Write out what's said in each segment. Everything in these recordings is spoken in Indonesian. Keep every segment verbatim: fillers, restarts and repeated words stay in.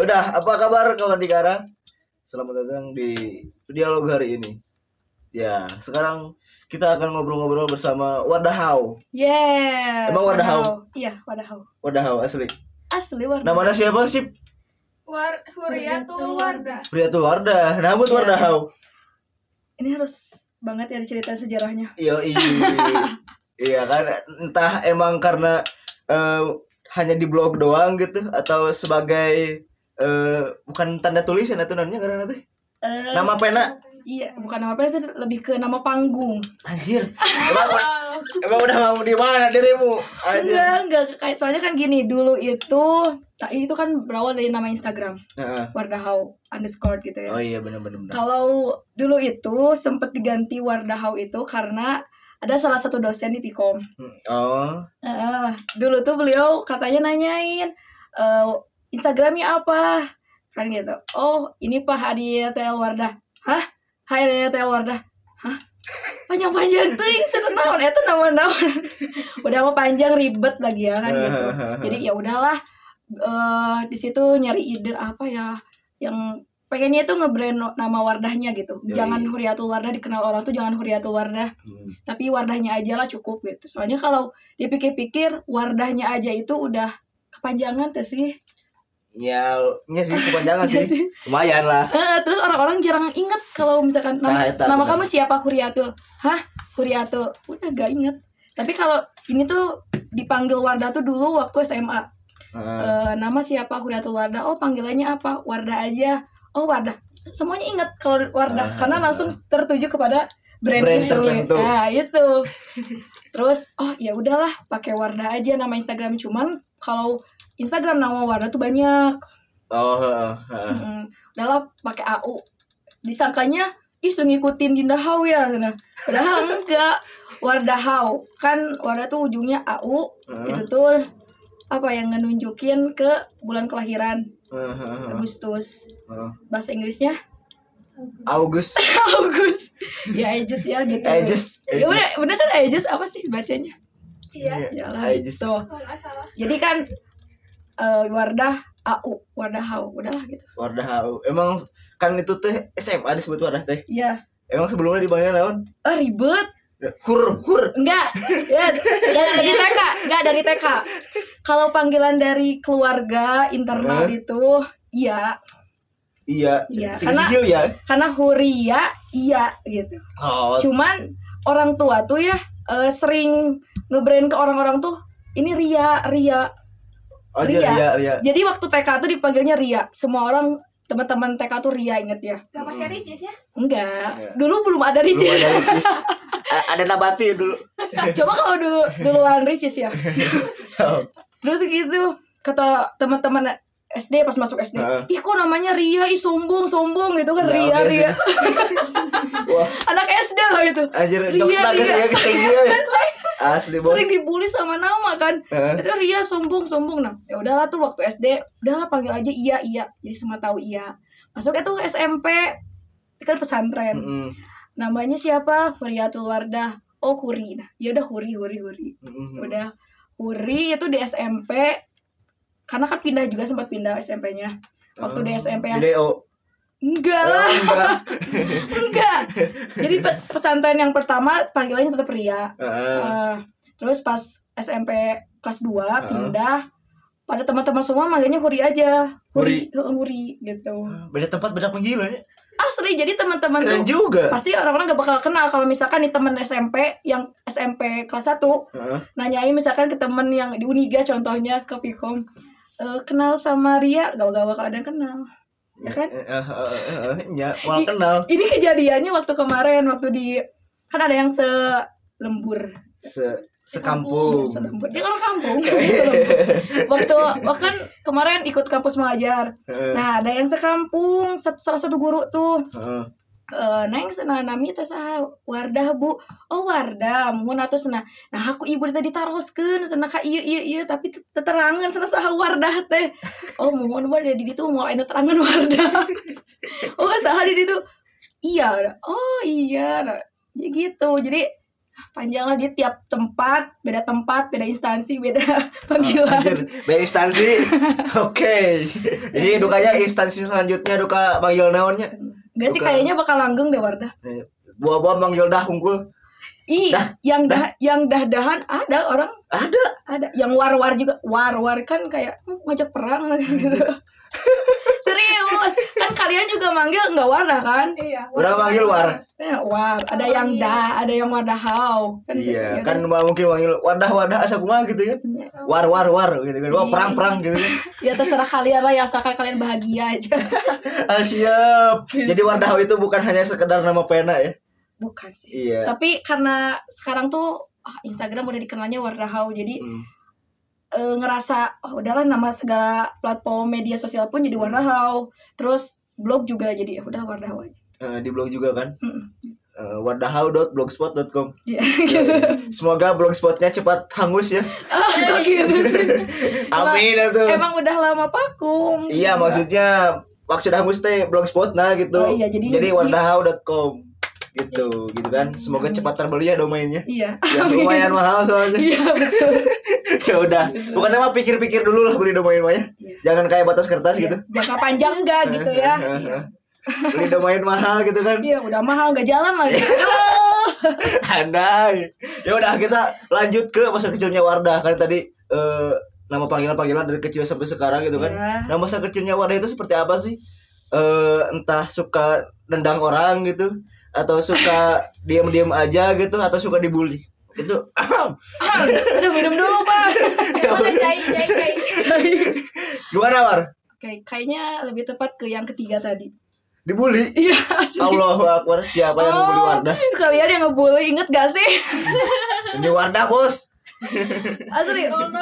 udah, apa kabar kawan Dikara? Selamat datang di dialog hari ini. Ya, sekarang kita akan ngobrol-ngobrol bersama Wardahau. Yes. Emang Wardahau? Iya, Wardahau. Wardahau asli. Asli Wardahau. Namanya siapa sih? War Huriyatul Wardah. Huriyatul Wardah. Nah, buat Ya. Wardahau. Ini harus banget ya diceritain sejarahnya. Iya, iya. Iya kan, entah emang karena uh, hanya di blog doang gitu atau sebagai uh, bukan tanda tulisan atau namanya karena nanti Uh, nama pena. Iya, bukan nama apa sih, lebih ke nama panggung. Anjir. Emang, emang udah mau di mana dirimu? Anjir. Enggak, enggak kayak soalnya kan gini, dulu itu nah, itu kan berawal dari nama Instagram. Heeh. Wardahau underscore gitu ya. Oh iya benar-benar. Kalau dulu itu sempet diganti Wardahau itu karena ada salah satu dosen di Pikom. Oh. Uh, dulu tuh beliau katanya nanyain uh, Instagramnya apa kan gitu. Oh ini Pak Hadiyatul Wardah. Hah? Hadiyatul Wardah. Hah? Panjang-panjang tuh yang senawan itu nama-nama. Udah mau panjang ribet lagi ya kan gitu. Jadi ya udahlah uh, di situ nyari ide apa ya yang pengennya tuh nge-brand nama Wardahnya gitu. Yoi. Jangan Huriyatul Wardah dikenal orang tuh jangan Huriyatul Wardah. Hmm. Tapi Wardahnya aja lah cukup gitu. Soalnya kalau dipikir-pikir Wardahnya aja itu udah kepanjangan tuh sih. Ya, ini sih kepanjangan sih. Lumayan lah. Uh, terus orang-orang jarang inget kalau misalkan nama, Nah, eta, nama bener. kamu siapa Huriyatul. Hah? Huriyatul. Udah gak inget. Tapi kalau ini tuh dipanggil Wardah tuh dulu waktu S M A. Heeh. Uh, nama siapa Huriyatul Wardah. Oh panggilannya apa? Wardah aja. Oh Wardah. Semuanya inget kalau Wardah. Uh, karena langsung tertuju kepada brand, Brand itu. tertentu. Nah itu. Terus oh ya udahlah pakai Wardah aja nama Instagram. Cuman kalau Instagram nama Wardah tuh banyak. Oh, heeh, heeh. Mm-mm. Udahlah pakai A U. Disangkanya ih sering ngikutin Dinda Hau ya sana. Padahal enggak. Wardahau. Kan Wardah tuh ujungnya A U. Heeh. Itu tuh apa yang ngenunjukin ke bulan kelahiran Heeh, heeh, Agustus. heeh. Bahasa Inggrisnya August. August. Ya Aegis ya gitu. Aegis. Ya bener, bener kan Aegis apa sih bacanya? Iya, Yalah Aegis. gitu. kalau nggak salah. Jadi kan eh, Wardah A U, Wardahau, udahlah gitu. Wardahau. Emang kan itu teh S M A disebut Wardah teh. Iya. Emang sebelumnya di mana naon? Ah ribet. Hur, hur. Enggak. Ya, ya, dari T K, enggak dari T K. Kalau panggilan dari keluarga internal Eh? itu iya, Iya. Iya, Sing karena- sigil ya. karena Huria iya gitu. Oh, Cuman orang tua tuh ya eh, sering ngebrand ke orang-orang tuh ini Ria, Ria. oh dia Ria. Ria, Ria. Jadi waktu T K tuh dipanggilnya Ria. Semua orang teman-teman T K tuh Ria inget ya? Gak pakai ricis ya? Enggak. Iya. Dulu belum ada Belum Ricis. ada Ricis. A- Ada Nabati dulu. Coba kalau dulu duluan Ricis ya. Oh. Terus gitu kata teman-teman S D pas masuk S D, Heeh. ih kok namanya Ria, ih sombong sombong gitu kan Ya, Ria oke Ria. sih. Wah, Anak S D loh itu. anjir Ria, jokes naga Ria. ya ketinggian. Asli bos. Sering dibully sama nama kan. Heeh. Terus Ria sombong sombong nah. Ya udahlah tuh waktu S D, udahlah panggil aja Iya Iya. Jadi semua tahu Iya. Masuk itu S M P kan pesantren. Mm-mm. Namanya siapa? Huriyatul Wardah. Oh Huri. Nah, ya udah Huri Huri Huri. Mm-mm. Udah Huri itu di S M P karena kan pindah juga sempat pindah S M P-nya. Waktu di S M P ya. Di D O. Enggak Oh, lah, enggak. enggak. Jadi pe- pesantren yang pertama panggilannya tetap Ria. Heeh. Eh, terus pas S M P kelas dua Heeh. pindah pada teman-teman semua manggilnya Huri aja. Huri, Huri, Huri gitu. Beda tempat beda panggilan ya. Asli jadi teman-teman Keren tuh juga. pasti orang-orang gak bakal kenal kalau misalkan nih temen S M P yang S M P kelas satu Heeh. nanyain misalkan ke temen yang di Uniga contohnya ke Pikom eh, kenal sama Ria gak, gak bakal ada yang kenal ya kan. Eh, eh, eh, eh, eh, Ya, malah kenal. Ini kejadiannya waktu kemarin waktu di kan ada yang selembur Se sekampung. selembur dia orang kampung waktu waktu kan kemarin ikut kampus mengajar Heeh. nah ada yang sekampung sa- salah satu guru tuh Heeh. eh neng sana nami teh saha Wardah bu oh Wardah mun atuh cenah nah aku ibu tadi taroskeun cenah ka ieu ieu ieu tapi te- teterangan cenah saha Wardah teh oh mohon bae di ditu moal anu terangan Wardah oh saha di ditu iya oh iya nah, jadi gitu jadi Panjang lah, dia tiap tempat beda tempat, beda instansi, beda Oh, panggilan. anjir, beda instansi. Oke. Jadi dukanya instansi selanjutnya duka manggil naonnya. Gak sih, Bukan. kayaknya bakal langgeng deh Wardah. Buah-buah manggil dah unggul. Ih, Dah, yang dah yang dah-dahan ada orang, Ada. ada yang war-war juga. War-war kan kayak "Hmm, ngajak perang gitu. Serius, kan kalian juga manggil nggak Wardah kan? Iya. Udah manggil war. Ya, war, ada Oh, yang iya. dah, ada yang wadahau. Kan Iya, ya kan mungkin manggil wadah-wadah asa kumaha gitu kan. War war war gitu kan. Wah, Iya. perang-perang gitu kan. Ya terserah kalian lah, ya asalkan kalian bahagia aja. Ah, siap. Jadi wadah itu bukan hanya sekedar nama pena ya. Bukan sih. Iya. Tapi karena sekarang tuh ah, Instagram udah dikenalnya Wardahau, jadi Hmm. eh, ngerasa oh udahlah, nama segala platform media sosial pun jadi Wardahau. Terus blog juga jadi ya udah Wardahau aja. Eh, di blog juga kan. Mm-mm. Uh, wadahau dot blogspot dot com. Iya gitu. Semoga blogspotnya cepat hangus ya. Ah, kok gitu sih. Amin atuh. Emang udah lama vakum. Iya, maksudnya maksud hangus teh blogspot nah gitu. Oh iya, jadi Jadi wadahau dot com gitu, gitu kan. Semoga cepat terbeli ya domainnya. Iya. Yang lumayan mahal soalnya. Iya betul. Ya udah. Bukannya mah pikir-pikir dulu lah beli domain mah ya. Iya. Jangan kayak batas kertas gitu. Jangka panjang enggak gitu ya. Iya. Beli domain mahal gitu kan. Iya, udah mahal nggak jalan lagi. Aduh. Andai. Ya udah, kita lanjut ke masa kecilnya Wardah. Kan tadi eh, nama panggilan-panggilan dari kecil sampai sekarang gitu kan. Ya. Nah, masa kecilnya Wardah itu seperti apa sih? Eh, entah suka nendang orang gitu, atau suka diam-diam aja gitu, atau suka dibully. Itu Ah, aduh, minum dulu, Pak. Gimana Jai, Jai, Jai? gimana War? Oke, kayaknya lebih tepat ke yang ketiga tadi. Dibully? Iya, asli. Allahu Akbar, siapa yang ngebully Wardah? Kalian yang ngebully, inget gak sih? Ini Wardah, Bos. Asli,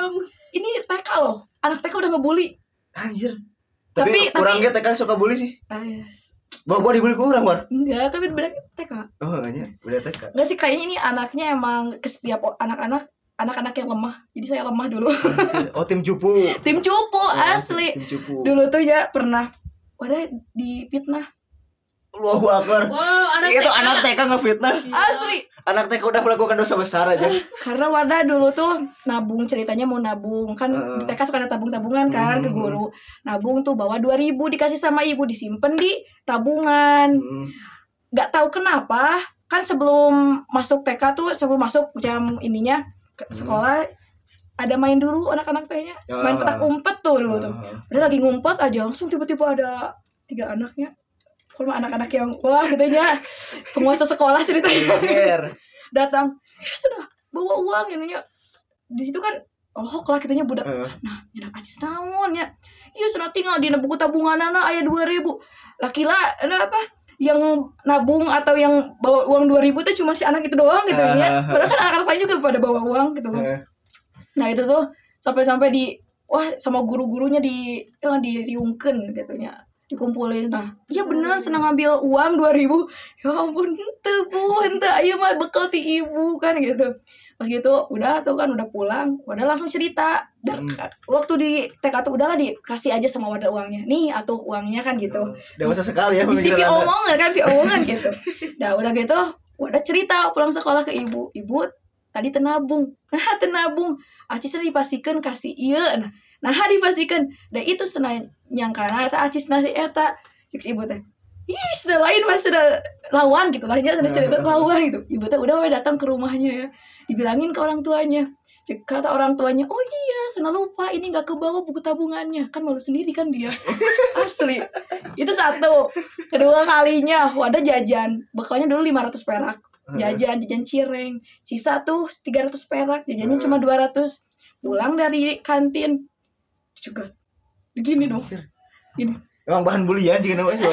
ini T K loh. Anak T K udah ngebully. Anjir. Tapi- Tapi kurang tapi- kita kan suka bully sih. Ah, ya. Bawa gua dibully kurang, War. Enggak, tapi beda T K. Oh, enggaknya udah T K. Enggak sih, kayaknya ini anaknya emang ke setiap o- anak-anak anak-anak yang lemah. Jadi saya lemah dulu. Oh, tim cupu. Tim cupu, Oh, asli. Tim cupu. Dulu tuh ya pernah wadah difitnah. Allahu Akbar. Wow, anak Itu T K. anak T K ngefitnah. Asli. Anak T K udah melakukan dosa besar aja. Karena Wardah dulu tuh nabung, ceritanya mau nabung. Kan Heeh. di T K suka ada tabung-tabungan kan ke Hmm. guru. Nabung tuh bawa dua ribu dikasih sama ibu, disimpen di tabungan. Hmm. Gak tahu kenapa, kan sebelum masuk T K tuh, sebelum masuk jam ininya ke Hmm. sekolah ada main dulu anak-anak tehnya. Main Ah. petak umpet tuh dulu tuh. Ah. Udah lagi ngumpet aja, langsung tiba-tiba ada tiga anaknya. Kalau anak-anak yang wah gitu ya, penguasa sekolah ceritanya. Anjir. Datang, ya sudah bawa uang ininya. Di situ kan lohok lah kitanya budak. Eh, Nah, nyedak acis naon ya. Iya sudah tinggal di buku tabungan anak aya dua ribu. Lakila ada apa? Yang nabung atau yang bawa uang dua ribu tuh cuma si anak itu doang gitu ya. Padahal kan anak-anak lain juga pada bawa uang gitu kan. eh. Nah, itu tuh sampai-sampai di wah sama guru-gurunya di ya, di diungkeun gitu nya. Dikumpulin. Nah, iya bener senang ngambil uang dua ribu. Ya ampun, henteu Bu, henteu ayo mah bekal ti ibu kan gitu. Pas gitu udah tuh kan udah pulang, udah langsung cerita. Dan Hmm. waktu di T K tuh udahlah dikasih aja sama Wardah uangnya. Nih atuh uangnya kan gitu. Dewasa sekali ya Di pemikiran V Anda. omongan kan, V omongan gitu. Nah, udah gitu, udah cerita pulang sekolah ke ibu. Ibu tadi tenabung. Nah, tenabung. Acis dipasikeun kasih ieu. Nah, nah dipasikeun. Da itu senang nyangkana eta Acis nasi eta. Cik si ibu teh. Ih, sudah lain mas sudah lawan gitu lah, sudah cerita lawan gitu. Ibu teh udah we datang ke rumahnya ya. Dibilangin ke orang tuanya. Cek kata orang tuanya, oh iya, sana lupa ini nggak kebawa buku tabungannya, kan malu sendiri kan dia. Asli. Itu satu. Kedua kalinya, wadah jajan. Bekalnya dulu lima ratus perak. Jajan, jajan cireng. Sisa tuh tiga ratus perak, jajannya cuma dua ratus. Pulang dari kantin. Cegat. Begini dong. Gini. Emang bahan bulian juga namanya.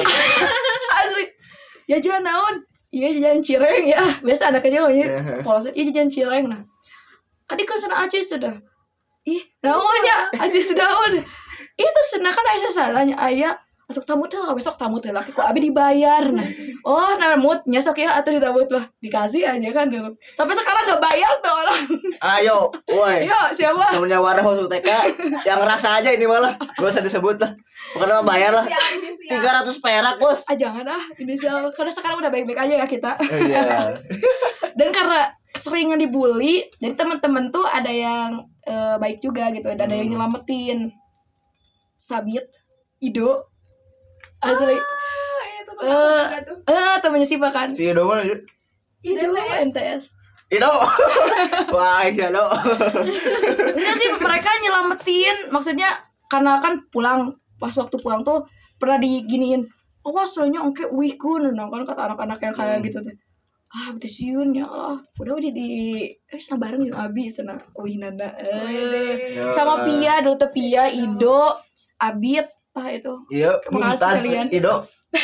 Asli. Jajan naon? Iya jajan cireng ya. Biasa anak kecil loh ya. Polos. Iya jajan cireng nah. Tadi kan sana aja sudah. Ih, naon ya? Aja sudah naon. Itu senang kan ayah salahnya ayah. Masuk tamu teh lah, besok tamu teh laki kok abi dibayar nah. Oh, nah mood nyesok ya atau ditabut lah. Dikasih aja kan dulu. Sampai sekarang enggak bayar tuh orang. Ayo, woi. Yo, siapa? Namanya Wardah waktu T K. Yang ngerasa aja ini malah. Gak usah disebut lah. Pokoknya mah bayar lah. Siap, ini siap. tiga ratus perak, Bos. Ah jangan ah, inisial. Karena sekarang udah baik-baik aja ya kita. Iya. Dan karena sering dibully, jadi teman-teman tuh ada yang eh, baik juga gitu, ada ada yang Hmm. nyelamatin. Sabit, Ido, asli. Ah, itu tuh Eh, juga tuh. Eh, temannya Siva kan. Si Ido mana sih? Ido M T S. M T S. Ido. Wah, iya Do. Enggak sih, mereka nyelamatin. Maksudnya karena kan pulang, pas waktu pulang tuh pernah diginiin. Awas lo nya oke wih kun, nah kan kata anak-anak yang kayak Hmm. gitu tuh. Ah, betis siun ya Allah. Udah udah di eh sana bareng yuk Abi sana. Wih nanda. Eh. Ya. Sama Pia dulu tuh Pia, Ido, Abit, ah itu. Iya, Terima kasih Mumtaz kalian. Ido.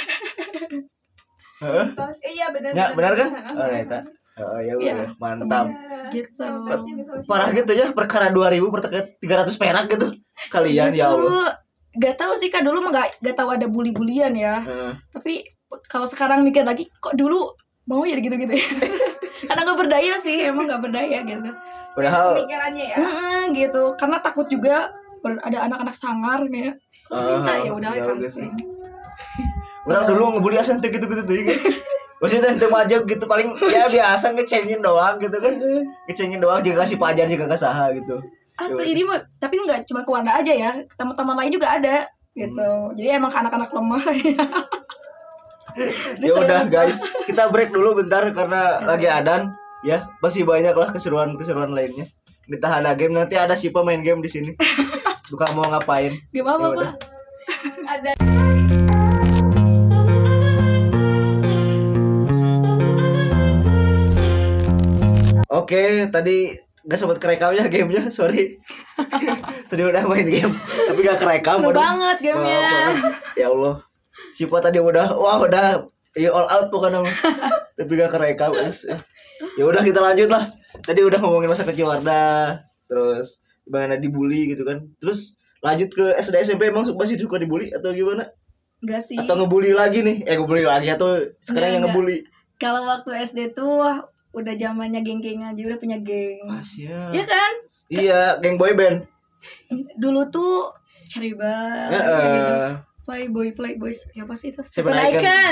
Heeh. Terus, eh, iya benar. Ya, benar kan? Heeh. Oh, eta. Oh, ya Iya. udah, mantap. Gitu. Parah gitu ya, perkara dua ribu perkara tiga ratus perak gitu. Kalian ya Allah. Gak tahu sih Kak, dulu mah gak, gak tahu ada bully-bulian ya. Heeh. Tapi kalau sekarang mikir lagi, kok dulu mau ya gitu-gitu ya. Karena gak berdaya sih, emang gak berdaya gitu. Padahal Pemikirannya ya. Heeh, gitu. Karena takut juga ber- ada anak-anak sangar kayak minta Ah, ya udah ya udah kasih. sih. Orang dulu ngebully asan teh gitu-gitu tuh gitu. Maksudnya teh aja gitu paling ya biasa ngecengin doang gitu kan. Ngecengin doang juga kasih pajar juga ke saha gitu. Asli ini mah, tapi nggak cuma ke Wanda aja ya, teman-teman lain juga ada gitu. Hmm. Jadi emang ke anak-anak lemah. Ya udah guys, kita break dulu bentar karena lagi adan ya. Masih banyak lah keseruan-keseruan lainnya. Kita ada game, nanti ada si pemain game di sini. Bukan mau ngapain. Gimana Ya Pak? udah. Ada Oke, tadi gak sempat kerekam ya gamenya, sorry. Tadi udah main game, tapi gak kerekam. Seru aduh. banget gamenya. Maaf banget. Ya Allah. Siapa tadi udah, wah udah ya all out pokoknya mah. Tapi gak kerekam. Ya udah kita lanjut lah. Tadi udah ngomongin masa kecil Wardah, terus gimana dibully gitu kan. Terus lanjut ke S D S M P, emang masih suka dibully atau gimana? Enggak sih. Atau ngebully lagi nih? Eh ngebully lagi atau sekarang Enggak, yang ngebully? Kalau waktu S D tuh udah zamannya geng-gengan, jadi udah punya geng. Asia. Ya kan? Iya, geng boy band. Dulu tuh Ceriba, Heeh. gitu. Playboy, Playboys, ya apa sih itu? Seven Seven Icon. Icon.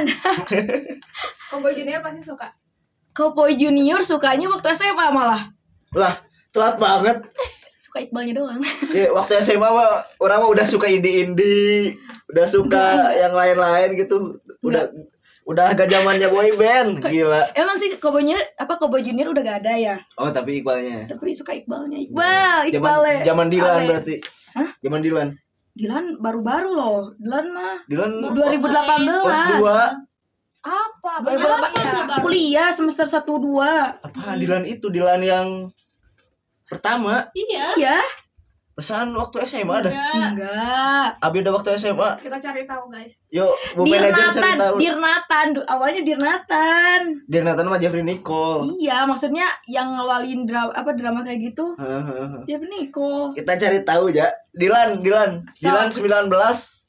Cowboy Junior pasti suka. Cowboy Junior sukanya waktu S M A malah. Lah, telat banget. Suka Iqbalnya doang. Ya, waktu S M A mah orang mah udah suka indie-indie, udah suka yang lain-lain gitu. Udah udah agak zamannya boy band, gila. Emang sih Cowboy Junior apa Cowboy Junior udah gak ada ya. Oh, tapi Iqbalnya. Tapi suka Iqbalnya. Iqbal, Zaman Iqbal. zaman Dilan Ale. berarti. Hah? Zaman Dilan. Dilan baru-baru loh. Dilan mah Dilan dua ribu delapan belas. kelas dua. Apa? dua ribu delapan belas. Kuliah semester satu dua. Apa Dilan itu? Dilan yang pertama. Iya. Iya. Pesan waktu S M A ada. Enggak. Abi ada waktu S M A. Kita cari tahu guys. Yuk, Bu manajer cari Dirnatan, tahu. Dirnatan, Du- awalnya Dirnatan. Dirnatan sama Jeffrey Nicole. Iya, maksudnya yang ngawalin drama apa drama kayak gitu. Heeh. Jeffrey Nicole. Kita cari tahu ya. Dilan, Dilan. Dilan sembilan belas.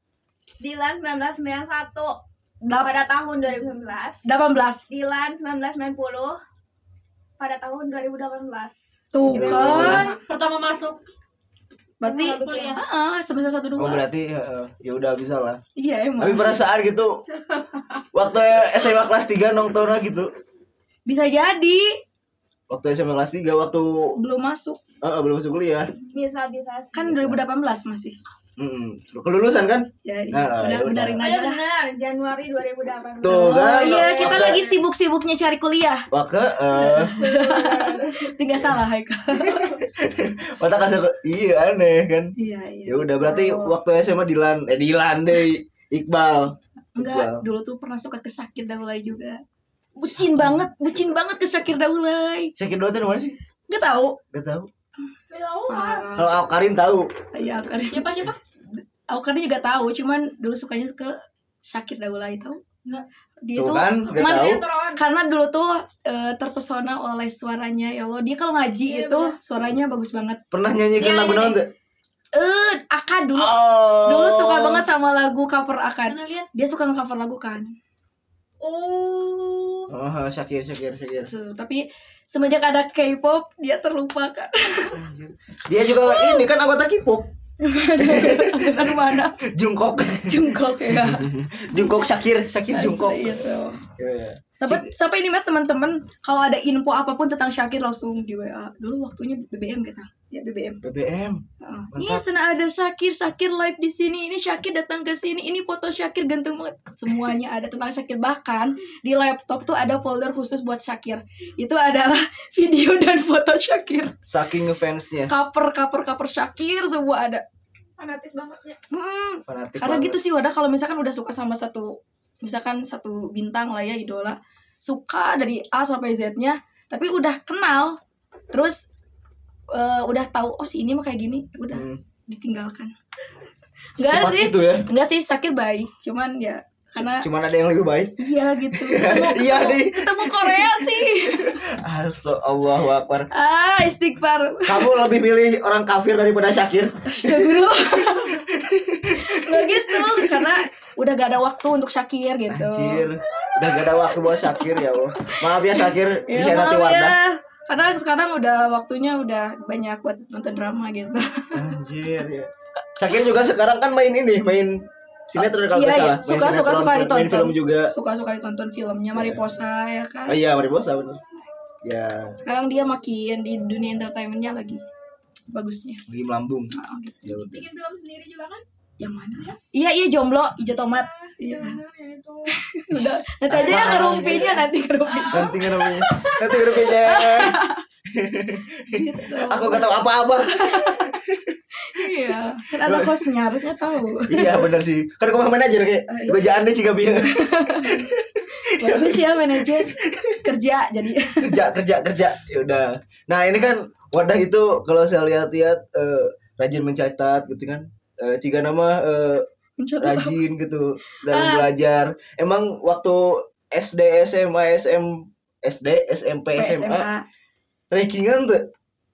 Dilan sembilan belas sembilan puluh satu Dap- pada tahun dua ribu sembilan belas. delapan belas. Dilan sembilan belas sembilan puluh pada tahun dua ribu delapan belas. Tuh kan. Pertama masuk. Berarti Kuliah. heeh, semester satu Oh, dua. berarti heeh, ya udah bisa lah. Iya emang. Tapi perasaan gitu. Waktu S M A kelas tiga nongkrong gitu. Bisa jadi Waktu S M A kelas tiga waktu belum masuk. heeh, belum masuk kuliah. Bisa bisa. Kan dua ribu delapan belas masih. Heeh. Kelulusan kan? Ya, Nah, udah ya udah. benerin Oh aja ya lah. benar, Januari dua ribu delapan belas. Tuh Oh kan. iya, kita Waktu- lagi sibuk-sibuknya cari kuliah. Waktu eh Tinggal salah Haikal. otak kasih iya aneh kan. Iya, iya. Ya udah berarti Oh. waktu S M A Dilan eh Dilan deh Iqbal. Enggak, dulu tuh pernah suka ke Syakir Daulay juga. Bucin banget, bucin banget ke Syakir Daulay. Sakit dua tuh di mana sih? Enggak tahu. Gak tahu. Parah. Kalau Karin tahu. Iya, Karin. Siapa siapa? Aku kan juga tahu, cuman dulu sukanya ke Syakir Daulay tahu. Enggak. Dia Tuh tuh kan, gak man- tahu. karena dulu tuh eh, terpesona oleh suaranya, ya Allah. Dia kalau ngaji Iya, itu suaranya bagus banget. Pernah nyanyikan Iya, lagu iya. naon tuh? Eh, Aka dulu. Oh. Dulu suka banget sama lagu cover Akan. Mana lihat? Dia suka nge-cover lagu kan. Oh. Oh, Syakir, Syakir, Syakir. Tuh, tapi semenjak ada K-pop dia terlupakan. Anjir. Dia juga ini kan anggota K-pop. Aduh mana? Jungkook. Jungkook ya. Jungkook Syakir, Syakir Jungkook. Asli itu. Iya. Sampai sampai ini mah teman-teman kalau ada info apapun tentang Syakir langsung di W A. Dulu waktunya B B M kita. Ya B B M. B B M. Heeh. Ini sana ada Syakir, Syakir live di sini. Ini Syakir datang ke sini. Ini foto Syakir ganteng banget. Semuanya ada tentang Syakir. Bahkan di laptop tuh ada folder khusus buat Syakir. Itu adalah video dan foto Syakir. Saking ngefansnya. Cover cover cover Syakir semua ada. Fanatis banget ya. Hmm, Fanatik karena banget. gitu sih wadah kalau misalkan udah suka sama satu misalkan satu bintang lah ya idola, suka dari A sampai Z-nya, tapi udah kenal, terus uh, udah tahu oh si ini mah kayak gini, udah Hmm. ditinggalkan. Enggak Secepat sih, itu ya. enggak sih Syakir baik, cuman ya karena Cuman ada yang lebih baik. iya gitu. Ketemu, Iya, ketemu, nih. ketemu Korea sih. Allahu Akbar. Ah, istighfar. Kamu lebih milih orang kafir daripada Syakir? Astagfirullah. Nggak gitu, karena udah gak ada waktu untuk Syakir gitu. Anjir. Udah gak ada waktu buat Syakir ya Allah. Maaf ya Syakir, Ya, dikhianati maaf Wardah. ya. Karena sekarang udah waktunya udah banyak buat nonton drama gitu. Anjir ya. Syakir juga sekarang kan main ini, main sinetron kalau Iya, nggak iya. salah. Main Suka, suka, sinetron, suka main ditonton. film juga. Suka-suka ditonton filmnya Mariposa ya kan. Oh iya, Mariposa bener. Ya, Sekarang dia makin di dunia entertainmentnya lagi bagusnya. lagi melambung. Nah, gitu. Ya udah. Bikin film sendiri juga kan? Yang mana ya? Iya, iya jomblo, hijau tomat. Iya Iya. benar yang itu. Udah, nanti aja ya ngerumpinya nanti ngerumpinya. Nanti ngerumpinya. Nanti ngerumpinya. Gitu. Aku gak tahu apa-apa. Iya, kan ada kosnya harusnya tahu. Iya bener sih. Kan aku manajer kayak. Oh, iya. Bajaan deh Cika Bia. Bagus ya manajer kerja jadi. Kerja kerja kerja. Ya udah. Nah, ini kan Wardah itu kalau saya lihat-lihat eh, rajin mencatat gitu kan. Eh, Cika nama eh, rajin gitu dalam Ah. belajar. Emang waktu S D, S M A, S M S D, S M P, S M A rankingan tuh.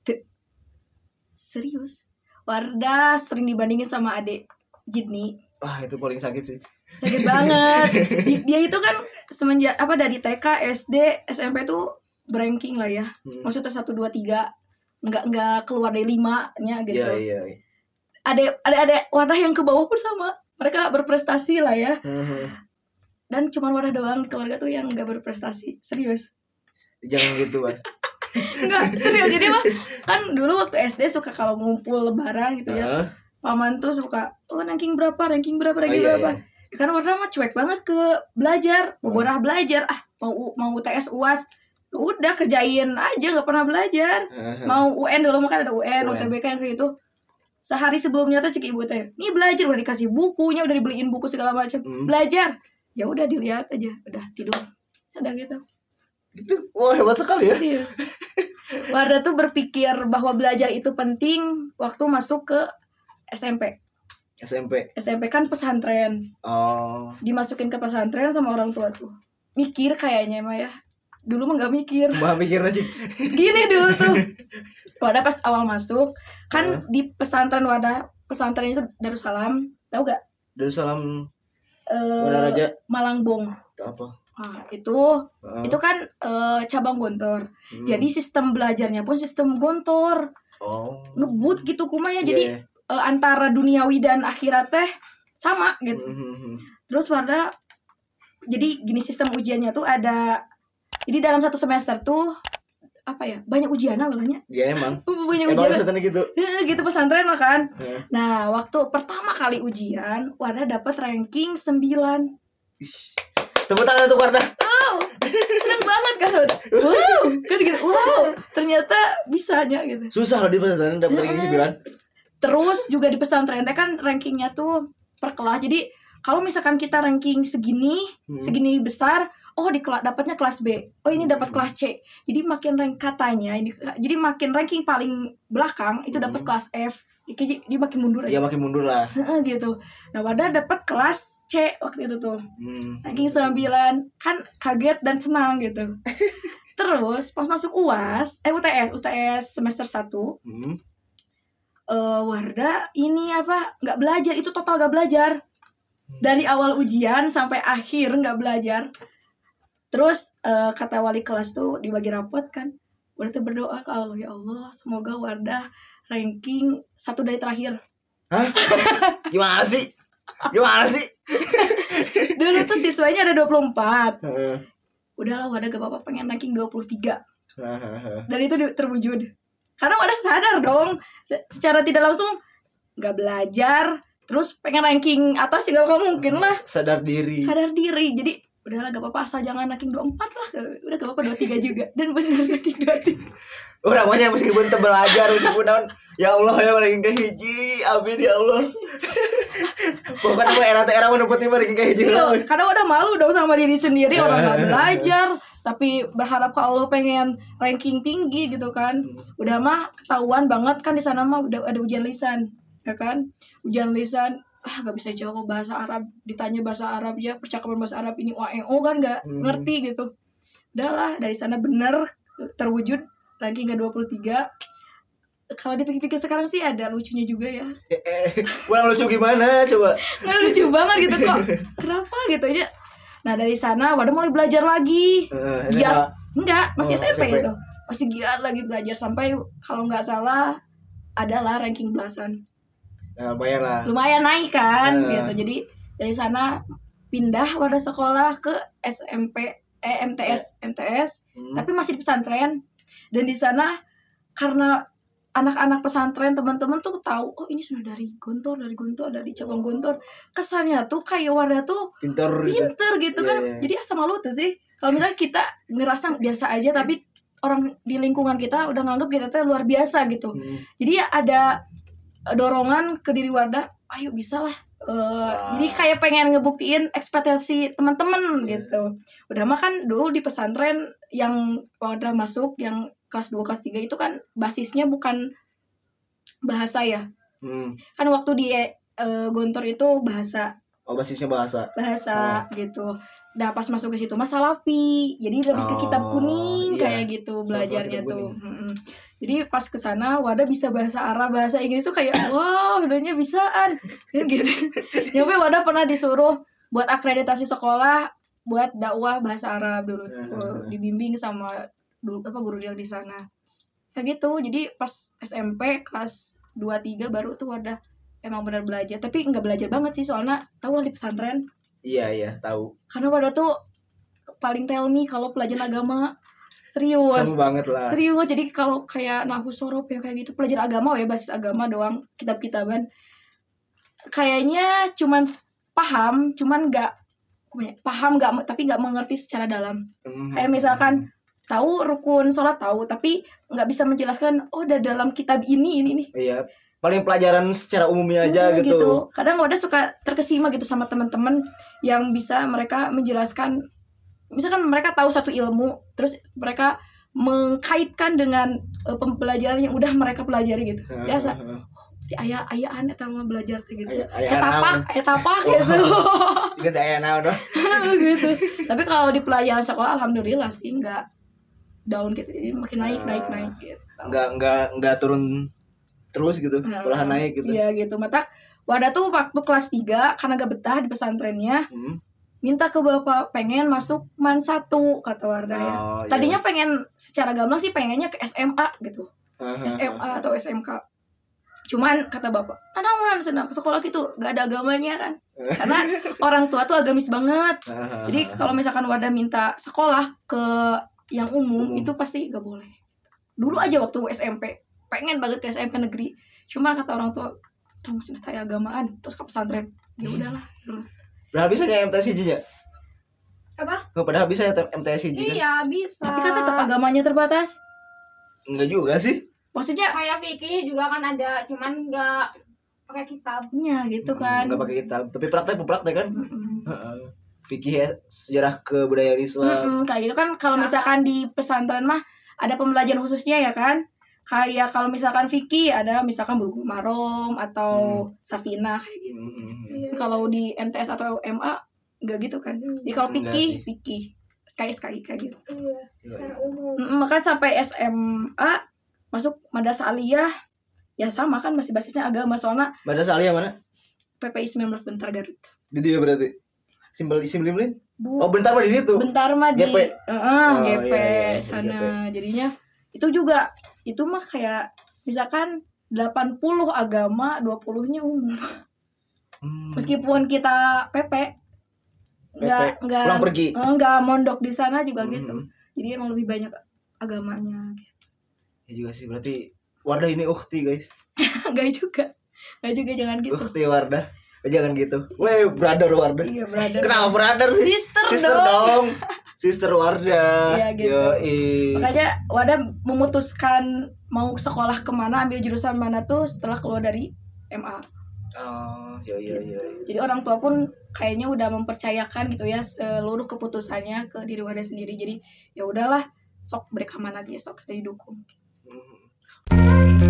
Serius? Wardah sering dibandingin sama adik Jidni. Wah, itu paling sakit sih. Sakit banget. Di- Dia itu kan semenjak apa dari T K, S D, S M P tuh beranking lah ya. Hmm. Maksudnya satu dua tiga nggak nggak keluar dari lima nya gitu. Iya, iya. iya. Ada ada ada Wardah yang ke bawah pun sama. Mereka berprestasi lah ya. Mhm. Dan cuma Wardah doang keluarga tuh yang nggak berprestasi. Serius. Jangan gitu, Wan. Enggak, serius. Jadi mah kan dulu waktu S D suka kalau ngumpul lebaran gitu ya. Heeh. Paman tuh suka, oh ranking berapa, ranking berapa, Oh, ranking iya, berapa. iya. Karena Wardah mah cuek banget ke belajar, mau Oh. borah belajar, ah mau U- mau U T S U A S, udah kerjain aja nggak pernah belajar. Heeh. Mau U N dulu mah kan ada U N, U N. U T B K yang kayak gitu. Sehari sebelumnya tuh cek ibu teh, nih belajar udah dikasih bukunya, udah dibeliin buku segala macam, Hmm. belajar. Ya udah dilihat aja, udah tidur. Ada gitu. Gitu. Wah, hebat sekali ya. Serius. Wardah tuh berpikir bahwa belajar itu penting waktu masuk ke S M P. S M P. S M P kan pesantren. Oh. Dimasukin ke pesantren sama orang tua tuh. Mikir kayaknya mah ya. Dulu mah nggak mikir. Mbah mikir aja. Gini dulu tuh. Wadah pas awal masuk kan Heeh. di pesantren Wadah, pesantren itu Darussalam, tahu gak? Darussalam Eh, Wanaraja Malangbong. itu apa? Nah, itu Heeh. itu kan eh, cabang Gontor. Hmm. Jadi sistem belajarnya pun sistem Gontor. oh. Ngebut gitu kumanya Iya, jadi iya. eh, antara duniawi dan akhirat teh sama gitu. Mhm. Terus Wardah jadi gini sistem ujiannya tuh ada, jadi dalam satu semester tuh apa ya, banyak ujian awalnya. Ya emang. Banyak Emang ujian. katanya gitu. Eh, gitu pesantren lah kan. Heeh. Nah, waktu pertama kali ujian, Wardah dapat ranking sembilan. Ish. Tepuk tangan untuk Wardah. Wow, seneng banget kan udah. Wow, kan gitu. Wow, ternyata bisanya gitu. Susah loh di pesantren dapat ranking Heeh. sembilan. Terus juga di pesantren teh kan rankingnya tuh per kelas. Jadi kalau misalkan kita ranking segini, Hmm. segini besar, oh di kelas dapatnya kelas B. Oh ini dapat Hmm. kelas C. Jadi makin rank katanya ini jadi makin ranking paling belakang itu dapat Hmm. kelas F. Jadi dia makin mundur Ya aja. makin mundur lah. Heeh, gitu. Nah, Wardah dapat kelas C waktu itu tuh. Hmm. Ranking sembilan. Kan kaget dan senang gitu. Terus pas masuk U A S, eh U T S, U T S semester satu, Hmm. eh Wardah ini apa? Nggak belajar, itu total nggak belajar. Dari awal ujian sampai akhir nggak belajar. Terus eh, kata wali kelas tuh dibagi rapot kan, Wardah tuh berdoa ke Allah, ya Allah semoga Wardah ranking satu dari terakhir. Gimana sih? Gimana sih? Dulu tuh siswanya ada dua puluh empat. Heeh. udahlah Wadah gak apa-apa pengen ranking dua puluh tiga. Hahaha. Dan itu di- terwujud. Karena Wadah sadar dong, se- secara tidak langsung gak belajar, terus pengen ranking atas juga gak mungkin lah. Sadar diri. Sadar diri, jadi udahlah gak apa-apa asal jangan ranking dua puluh empat lah, udah gak apa-apa dua puluh tiga juga. Dan bener ranking dua puluh tiga. Oh namanya meskipun teu belajar meskipun naon ya Allah ya ranking ke hiji amin ya Allah. Pokoknya mah era teh era menepati mah ranking ke hiji Iya, lah. karena udah malu dong sama diri sendiri, orang gak belajar tapi berharap ke Allah pengen ranking tinggi gitu kan. Udah mah ketahuan banget kan di sana mah udah ada ujian lisan, ya kan? Ujian lisan ah gak bisa jawab bahasa Arab, ditanya bahasa Arab ya percakapan bahasa Arab ini wa o kan gak Hmm. ngerti gitu. Udahlah dari sana bener terwujud ranking ke dua puluh tiga. Kalau dipikir-pikir sekarang sih ada lucunya juga ya. Eh, eh, kurang lucu gimana coba? Nggak lucu banget gitu kok. Kenapa gitu ya? Nah dari sana Wadah mulai belajar lagi. Heeh, Giat. Enggak, masih Oh, S M P, S M P. gitu. Masih giat lagi belajar sampai kalau nggak salah adalah ranking belasan. Nah, lumayan lah. Lumayan naik kan Eh. gitu. Jadi dari sana pindah Wadah sekolah ke S M P eh M T S, M T S, Hmm. tapi masih di pesantren. Dan di sana karena anak-anak pesantren teman-teman tuh tahu oh ini sudah dari Gontor, dari Gontor, dari cabang Gontor. Kesannya tuh kayak Wadah tuh Pinter gitu. pinter gitu Iya, kan. iya. Jadi asa malu tuh sih. Kalau misalnya kita ngerasa biasa aja tapi orang di lingkungan kita udah nganggap kita tuh luar biasa gitu. Hmm. Jadi ya ada eh, dorongan ke diri Wadah, ayo bisa lah. Eh, Wah. Jadi kayak pengen ngebuktiin ekspektasi teman-teman Iya. gitu. Udah mah kan dulu di pesantren yang Wadah masuk yang kelas dua kelas tiga itu kan basisnya bukan bahasa ya. Hmm. Kan waktu di eh, Gontor itu bahasa Oh basisnya bahasa. bahasa gitu. Nah pas masuk ke situ mah salafi, jadi lebih ke kitab Oh, kuning iya. kayak gitu Salafi belajarnya kitab tuh. kuning. Mm-mm. Jadi pas ke sana Wadah bisa bahasa Arab, bahasa Inggris tuh kayak wow, udahnya bisaan kan gitu. Nyampe Wadah pernah disuruh buat akreditasi sekolah buat dakwah bahasa Arab dulu tuh, Hmm. dibimbing sama dulu apa guru yang di sana. Ya gitu. Jadi pas S M P kelas dua tiga baru tuh Wadah emang benar belajar, tapi nggak belajar banget sih soalnya tahu lah di pesantren Iya iya tahu. karena Wadah tuh paling tell me kalau pelajaran agama serius Seru banget lah. serius. Jadi kalau kayak nahwu sorof yang kayak gitu pelajaran agama ya basis agama doang, kitab-kitaban kayaknya cuman paham cuman nggak paham nggak tapi nggak mengerti secara dalam. Hmm. Kayak misalkan tahu rukun sholat tahu tapi nggak bisa menjelaskan oh udah dalam kitab ini ini nih. Iya. Paling pelajaran secara umumnya aja Hmm, gitu. Kadang Wadah suka terkesima gitu sama teman-teman yang bisa mereka menjelaskan, misalkan mereka tahu satu ilmu, terus mereka mengkaitkan dengan uh, pembelajaran yang udah mereka pelajari gitu. Biasa. Di ayah ayah aneh sama belajar kayak gitu. Aya Ayah aya tapak, naon. ayah tapak Oh. gitu. Siga teh aya naon doh. gitu. Tapi kalau di pelajaran sekolah alhamdulillah sih nggak down gitu. Jadi makin naik naik naik gitu. Enggak enggak enggak turun terus gitu. Nah, Malahan naik gitu. Iya gitu. Mata Wadah tuh waktu kelas tiga karena gak betah di pesantrennya, Hmm. minta ke bapak pengen masuk man satu kata Wadah ya. Oh, iya. Tadinya pengen secara gamblang sih pengennya ke S M A gitu. Hahaha. S M A atau S M K. Cuman kata bapak, "Anak ulan senang ke sekolah gitu, gak ada agamanya kan." Karena orang tua tuh agamis banget. Hahaha. Jadi kalau misalkan Wadah minta sekolah ke yang umum, Umum. itu pasti gak boleh. Dulu aja waktu S M P pengen banget ke S M P negeri. Cuma kata orang tua, "Kamu sudah kayak agamaan, terus ke pesantren." Ya udahlah. Padahal bisa ya M T S hiji ya? Apa? Oh, padahal bisa ya M T S hiji kan? Iya bisa. Tapi kan tetap agamanya terbatas. Enggak juga sih. Maksudnya Kayak fikih juga kan ada, cuman nggak pakai kitab. nya gitu kan. Enggak pakai kitab, tapi praktek praktek kan? Mm-mm. Heeh. Fikih ya, sejarah kebudayaan Islam. Mm-mm, kayak gitu kan kalau misalkan di pesantren mah ada pembelajaran khususnya ya kan. Kayak kalau misalkan fikih ada misalkan buku marom atau safinah kayak gitu. Hmm. Iya. Kalau di M T S atau M A enggak gitu kan. Jadi kalau Enggak fikih, sih. fikih. Sekali-sekali kayak gitu. Iya, secara umum. Mm-mm, makanya sampai S M A masuk madrasah aliyah ya sama kan masih basisnya agama soalnya Madrasah Aliyah mana? P P I sembilan belas Bentar Garut. Di dia berarti. Simbol simbol lain? Bu, Oh, bentar mah di itu. bentar mah di G P. Heeh, Oh, G P iya, iya, sana. Jadinya itu juga itu mah kayak misalkan delapan puluh agama, dua puluh-nya umum. Hmm. Meskipun kita P P nggak nggak pulang pergi. eh, nggak mondok di sana juga Hmm. gitu. Jadi emang lebih banyak agamanya. Ya juga sih, berarti Wardah ini ukhti guys. Nggak juga, nggak juga jangan gitu. Ukhti Wardah. Eh, jangan gitu. Weh, brother Wardah. Iya brother. Kenapa brother sih? Sister, Sister dong. dong. Sister Wardah. Iya, gitu. Yoi. Makanya Wadah memutuskan mau sekolah kemana, ambil jurusan mana tuh setelah keluar dari M A. Oh, iya iya iya. Jadi orang tua pun kayaknya udah mempercayakan gitu ya seluruh keputusannya ke diri Wadah sendiri. Jadi ya udahlah, sok mereka mana aja, sok kita didukung. Hmm.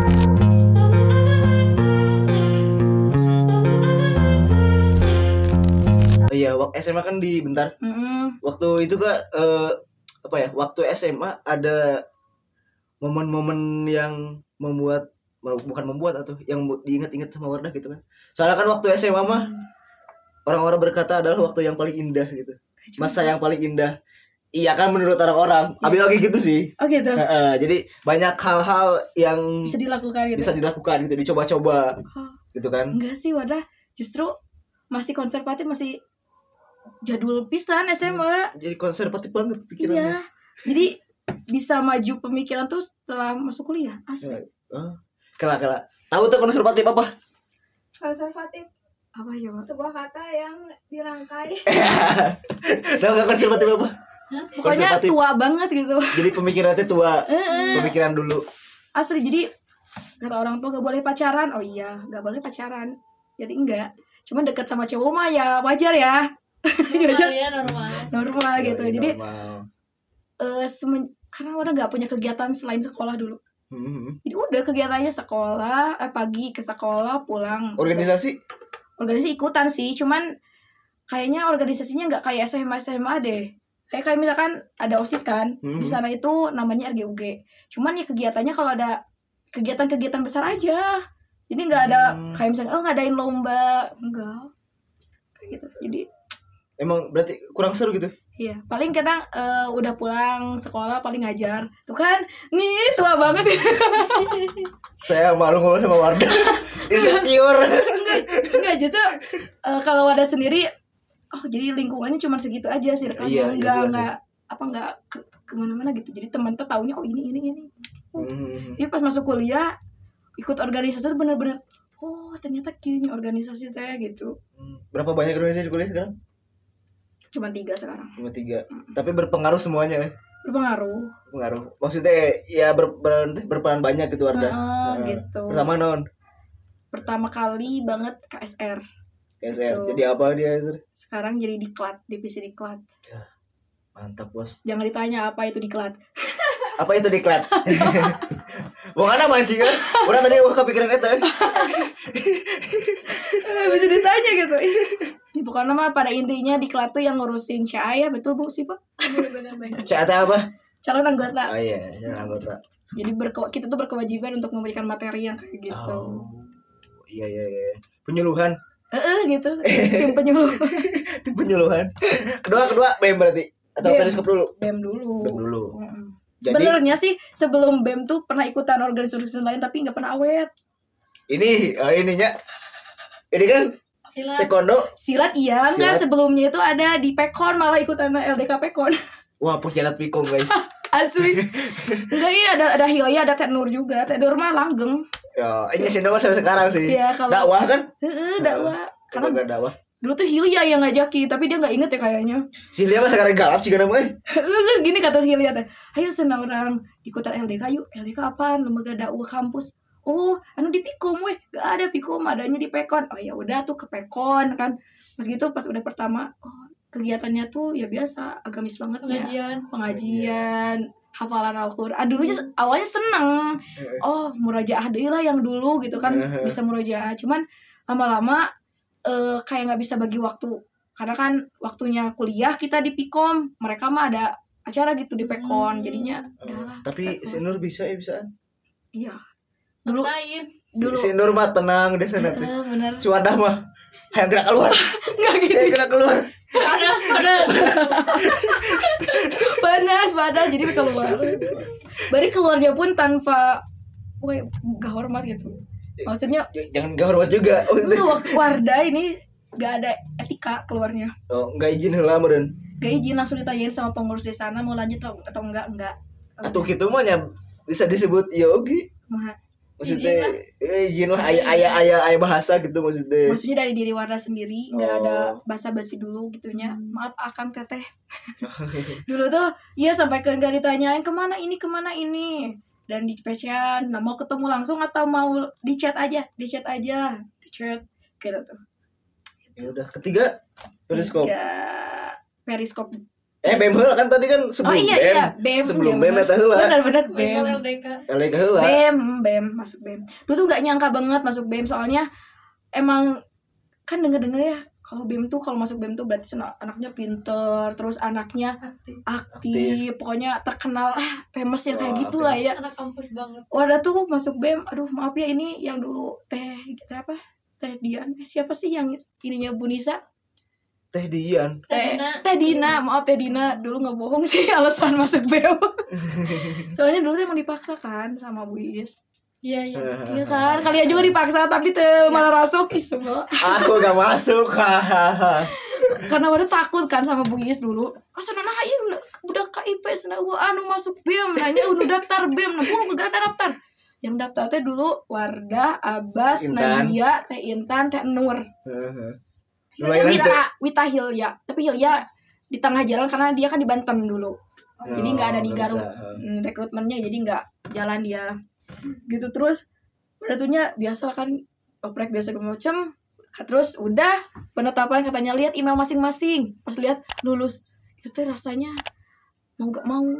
Oh iya, waktu S M A kan di bentar. Mm-mm. Waktu itu Kak eh, apa ya? Waktu S M A ada momen-momen yang membuat bukan membuat atau yang diingat-ingat sama Wardah gitu kan. Soalnya kan waktu S M A mah orang-orang berkata adalah waktu yang paling indah gitu. Masa yang paling indah. Iya kan menurut orang-orang. Abi lagi gitu sih. Oh gitu. Heeh, jadi banyak hal-hal yang Bisa dilakukan gitu. bisa dilakukan gitu, dicoba-coba Oh, gitu kan. enggak sih Wadah, justru masih konservatif, masih jadul pisan S M A. Jadi konservatif banget Iya. pikirannya. Jadi bisa maju pemikiran tuh setelah masuk kuliah. Asli. Oh. Kela kela. Tahu tuh konservatif apa? Konservatif, Apa coba? sebuah kata yang dirangkai. Tahu nggak konservatif apa? Pokoknya Konservatif. tua banget gitu. Jadi pemikirannya tua. Heeh. Pemikiran dulu. Asli, jadi kata orang tua gak boleh pacaran. Oh iya, gak boleh pacaran. Jadi enggak. Cuma dekat sama cowok mah ya wajar ya. Normal ya, normal. Normal gitu. Yoi, Jadi normal. eh semen- karena orang nggak punya kegiatan selain sekolah dulu. Hmm. Jadi udah kegiatannya sekolah, eh, pagi ke sekolah, pulang. Organisasi? Organisasi ikutan sih, cuman kayaknya organisasinya nggak kayak S M A S M A deh. Kayak kayak misalkan ada OSIS kan, Mhm. di sana itu namanya R G U G. Cuman ya kegiatannya kalau ada kegiatan-kegiatan besar aja. Jadi nggak ada Hmm. kayak misalnya oh ngadain lomba, enggak. Kayak gitu. Jadi Emang berarti kurang seru gitu. iya, paling kadang eh, udah pulang sekolah paling ngajar. Tuh kan, nih tua banget. Saya malu ngomong sama Wardah. Insecure. Enggak, justru eh, kalau ada sendiri, oh jadi lingkungannya cuma segitu aja sih, Iya, kan iya enggak juga sih. enggak apa enggak ke kemana-mana gitu. Jadi teman tuh taunya oh ini ini ini. Hmm. Jadi pas masuk kuliah ikut organisasi tuh bener-bener oh ternyata gini organisasi teh gitu. Berapa banyak organisasi kuliah sekarang? Cuma tiga sekarang. Cuma tiga. Tapi berpengaruh semuanya ya. Berpengaruh. Pengaruh. Maksudnya ya ber, ber- berperan banyak gitu Wardah. Heeh, Heeh. gitu. Pertama non Pertama kali banget K S R. K S R. Gitu. Jadi apa dia itu? Sekarang jadi diklat, divisi diklat. Mantap bos. Jangan ditanya apa itu diklat. Apa itu diklat? Bukan ada mancing kan? Orang tadi wah kepikiran itu. Eh, bisa ditanya gitu. Ya, pokoknya mah pada intinya diklat tuh yang ngurusin C A ya, betul Bu sih Pak? Benar-benar. C A T apa? Calon anggota. Oh iya, saya anggota. Jadi berke- kita tuh berkewajiban untuk memberikan materi yang kayak gitu. Oh. Iya iya iya. Penyuluhan. Heeh gitu. Tim penyuluh. Itu penyuluhan. Kedua kedua B E M berarti atau B E M. periskop dulu? B E M dulu. B E M dulu. Mm-mm. Jadi Sebenarnya sih sebelum B E M tuh pernah ikutan organisasi lain tapi nggak pernah awet. ini oh ininya. Ini kan Silat. taekwondo. Silat iya, enggak Silat. sebelumnya itu ada di Pekon malah ikutan L D K Pekon. Wah, pengkhianat pikong guys. Asli. Enggak iya ada ada Hilya, ada Tenur juga. Tenur mah langgeng. Ya, ini sih sampai sekarang sih. Iya kalau Dakwah kan? heeh dakwah. Karena Karena gak dakwah. dulu tuh Hilya yang ngajakin, tapi dia nggak inget ya kayaknya. Si Lia mah sekarang galap sih namanya. Kan gini kata si Hilya teh, ayo senang orang ikutan L D K yuk. L D K apaan? Lembaga dakwah kampus. Oh, anu di Pikom weh. Gak ada Pikom, adanya di Pekon. Oh ya udah tuh ke Pekon kan. Pas gitu pas udah pertama, oh kegiatannya tuh ya biasa, agamis banget ya. Pengajian. Pengajian, hafalan Al-Qur'an. Dulunya se- awalnya seneng. Oh, murajaah deui lah yang dulu gitu kan. Heeh. Bisa murajaah. Cuman lama-lama eh, kayak nggak bisa bagi waktu. Karena kan waktunya kuliah kita di Pikom, mereka mah ada acara gitu di Pekon. Hmm. Jadinya udahlah. Tapi si Nur bisa ya bisa. Iya. Dulu Lain. dulu Si, si Nur mah tenang dia sana. eh, bener. Si Wadah mah yang gerak keluar. Nggak gitu. Yang gerak keluar. Panas, panas. Panas, panas jadi keluar. Bari keluarnya pun tanpa wah, gak hormat gitu. Maksudnya J- Jangan gak hormat juga. Oh, itu Wardah ini nggak ada etika keluarnya. Oh, enggak izin heula meureun. Gak izin, langsung ditanyain sama pengurus di sana mau lanjut atau, atau enggak enggak. Atuh kitu mah nya bisa disebut ieu oge. Kumaha? Maksudnya eh, izin lah aya aya aya aya bahasa gitu maksudnya. Maksudnya dari diri Wardah sendiri nggak Oh. ada basa-basi dulu gitunya. Maaf akang teteh. Dulu tuh iya sampai ke nggak ditanyain kemana ini kemana ini dan di P C-an. Nah mau ketemu langsung atau mau di chat aja, di chat aja, di chat gitu tuh. Ya udah, ketiga periskop. Ya periskop. Eh B E M heula kan tadi kan sebelum Oh iya B E M. iya B E M. Sebelum iya, B E M bener. eta heula. Benar-benar B E M. Legal L D K. L D K heula. B E M, B E M masuk B E M. Dulu tuh gak nyangka banget masuk B E M soalnya emang kan denger-denger ya kalau B E M tuh kalau masuk B E M tuh berarti sana- anaknya pinter, terus anaknya Aktif. aktif, pokoknya terkenal ah famous yang kayak Wah, gitu lah ya. Anak kampus banget. Wadah tuh masuk B E M, aduh maaf ya ini yang dulu teh teh apa? Teh Dian, eh, siapa sih yang ininya Bu Nisa? Teh Dian. Teh Dina. Teh Dina, maaf Teh Dina dulu ngebohong sih alasan masuk B E M. Soalnya dulu tuh emang dipaksa kan sama Bu Is. Iya, iya. Iya kan, kalian juga dipaksa tapi teh malah masuk ih semua. Aku gak masuk. Hahaha. Karena wadah takut kan sama Bu Is dulu. Asa nah ieu budak K I P cenah gua anu masuk B E M nanya udah daftar B E M nah gua gak ada daftar. Yang daftar teh dulu Wardah, Abbas, Intan. Nadia, Teh Intan, Teh Nur. Heeh. Lumayan teh. Wita, Wita Hilya. Tapi Hilya di tengah jalan karena dia kan di Banten dulu. Jadi nggak ada di nggak Garut. bisa. Hmm, rekrutmennya jadi nggak jalan dia. Gitu terus udah tuhnya biasa lah kan oprek biasa segala macam. Terus udah penetapan katanya lihat email masing-masing. Pas lihat lulus itu teh rasanya mau nggak mau.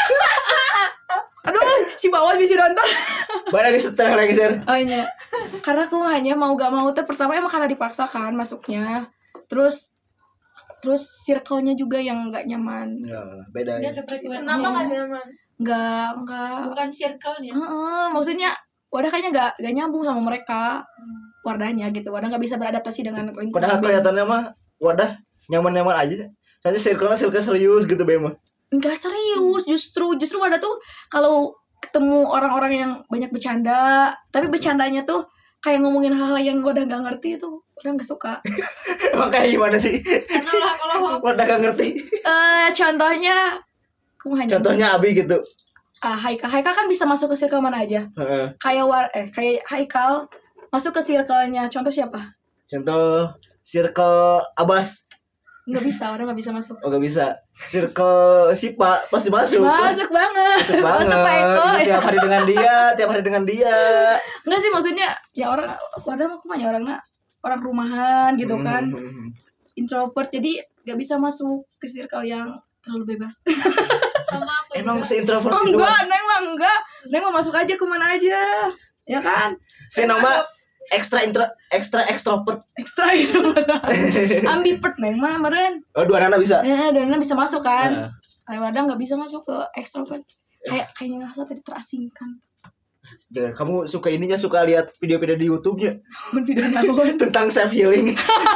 Aduh, si Bawal bisa nonton. Banyak lagi setelah lagi sir. Oh iya. Karena aku hanya mau gak mau tuh pertama emang karena dipaksa kan masuknya. Terus terus circle-nya juga yang gak nyaman. Ya, beda Dia ya. ada frekuensi. Kenapa nggak nyaman? Gak gak. Bukan circle-nya. Heeh, maksudnya Wadah kayaknya gak gak nyambung sama mereka. Wardahnya gitu. Wadah gak bisa beradaptasi dengan lingkungan. Padahal kelihatannya mah wadah nyaman-nyaman aja. Soalnya circle-nya circle serius gitu B E M mah. Enggak serius, justru justru Wadah tuh kalau ketemu orang-orang yang banyak bercanda, tapi bercandanya tuh kayak ngomongin hal-hal yang gue udah gak ngerti itu udah gak suka. Emang kayak gimana sih? Karena lah kalau Wadah gak ngerti. Eh contohnya, kumaha nya? Contohnya Abi gitu. Ah, Haikal, Haikal kan bisa masuk ke circle mana aja. Heeh. Kayak war, eh kayak Haikal masuk ke circle-nya. Contoh siapa? Contoh circle Abbas. Nggak bisa, orang nggak bisa masuk. Oh gak bisa. Circle Sipa pasti masuk. Masuk banget. Masuk banget. Masuk Pak Eko. Ini tiap hari dengan dia, tiap hari dengan dia. Enggak sih maksudnya ya orang padahal aku mah ya orangnya orang rumahan gitu kan. Hmm. Introvert jadi nggak bisa masuk ke circle yang terlalu bebas. sama aku Emang juga. si introvert Oh, itu enggak, Neng mah enggak. Neng mau masuk aja kemana aja. Ya kan? si nama ekstra intro ekstra ekstrovert. Ekstra itu. Ambivert Neng mah meren. Oh dua anak bisa. Eh, dan bisa masuk kan. Nah, Kalau Wadah nggak bisa masuk ke ekstrovert. Kayak kayaknya ngerasa tadi terasingkan. jangan kamu suka ininya suka lihat video-video di YouTube-nya Namun video naon. tentang self healing.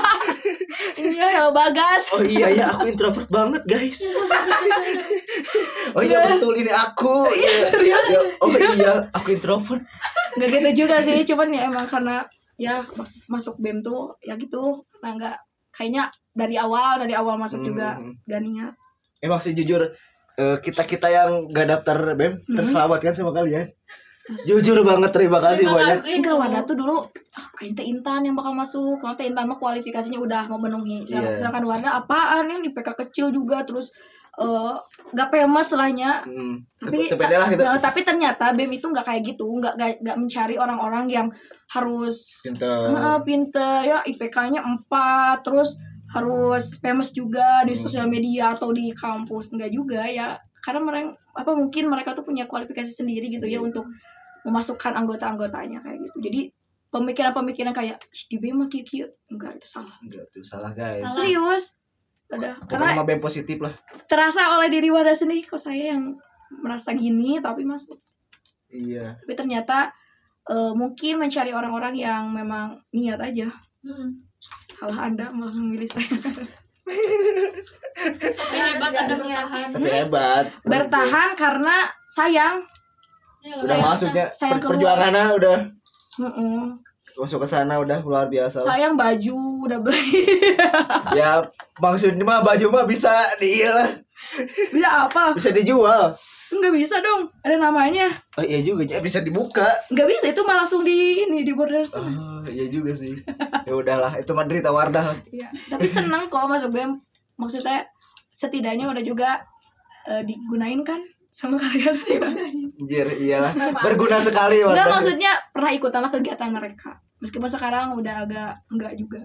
Iya, Hel Bagas. Oh iya ya aku introvert banget guys. Oh iya betul ini aku. Iya serius. Oh iya aku introvert. Nggak gitu juga sih, cuman ya emang karena ya mas- masuk B E M tuh ya gitu. Nah, nggak kayaknya dari awal dari awal masuk juga Hmm. gak niat. Emang sih jujur kita kita yang gak daftar B E M Hmm. terselamatkan sama kalian. Jujur banget terima kasih Terima banyak. kasih. Enggak, Wadah tuh dulu ah, kayaknya Teh Intan yang bakal masuk. Kalau Teh Intan mah kualifikasinya udah memenuhi. Sedangkan Iya. sedangkan Wadah apaan yang di P K kecil juga terus eh nggak famous lahnya. Hmm. Tapi T P D lah gitu. eh, tapi ternyata B E M itu nggak kayak gitu, nggak nggak nggak mencari orang-orang yang harus Pinter. Heeh, pinter ya I P K-nya empat terus harus famous juga di Hmm. sosial media atau di kampus enggak juga ya karena mereka apa mungkin mereka tuh punya kualifikasi sendiri gitu ya Iya. untuk memasukkan anggota-anggotanya kayak gitu jadi pemikiran-pemikiran kayak "Ih, di B E M mah kieu enggak itu salah Enggak tuh salah guys. Salah. serius udah Pokoknya karena mah B E M positif lah. terasa oleh diri Wadah sendiri kok saya yang merasa gini tapi masuk Iya. tapi ternyata eh, mungkin mencari orang-orang yang memang niat aja Hmm. salah Anda malah memilih saya Tapi hebat ada bertahan. Tapi hebat. bertahan karena sayang Ya, Udah kayak- maksudnya sayang per- perjuangannya udah. Heeh. masuk ke sana udah luar biasa lah. Sayang baju udah beli. Ya maksudnya mah baju mah bisa di lah, Bisa apa? bisa dijual. Enggak bisa dong. Ada namanya. Oh iya juga ya, bisa dibuka. Enggak bisa, itu mah langsung di ini di border sana. Oh iya juga sih. Ya udahlah, itu mah derita Wardah. Iya. Tapi seneng kok masuk B E M. Maksudnya setidaknya udah juga eh, digunain kan sama kalian. Anjir, iyalah. Berguna sekali Enggak, Wardah. maksudnya pernah ikutan lah kegiatan mereka. Meskipun sekarang udah agak enggak juga.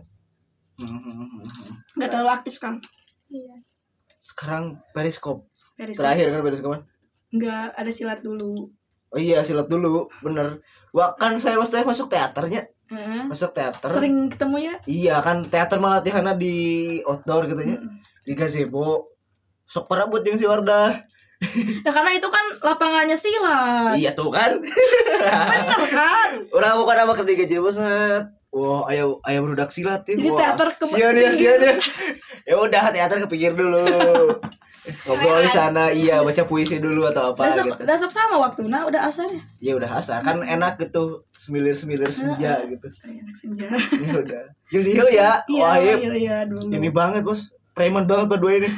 Hmm. Enggak terlalu aktif sekarang. Iya. Sekarang periskop. Periskop. Terakhir kan periskop kan? Enggak, ada silat dulu. Oh iya, silat dulu, bener. Wah, kan saya mesti masuk teaternya. Heeh. Masuk teater. Sering ketemu ya? Iya kan, teater malah latihannya di outdoor gitu ya. Mm. Di gazebo. Sok parabut jeung si Wardah. Nah, karena itu kan lapangannya silat. Iya tuh kan. Bener kan? Orang bukan apa kerja gazebo set. Wah, ayo ayo berudak silat ya. Jadi Wah, teater ke Sian ya, sian ya. Ya udah, teater kepikir dulu. Ngobrol di sana, iya, baca puisi dulu atau apa Dasar, gitu. dasar sama waktu, nah udah asar ya. Ya udah asar kan enak gitu, semilir-semilir senja gitu. Enak senja. Ya udah. Yung si Hil ya. Iya, Wah, iya, iya. iya dulu. Ini banget, Bos. Preman banget berdua ini.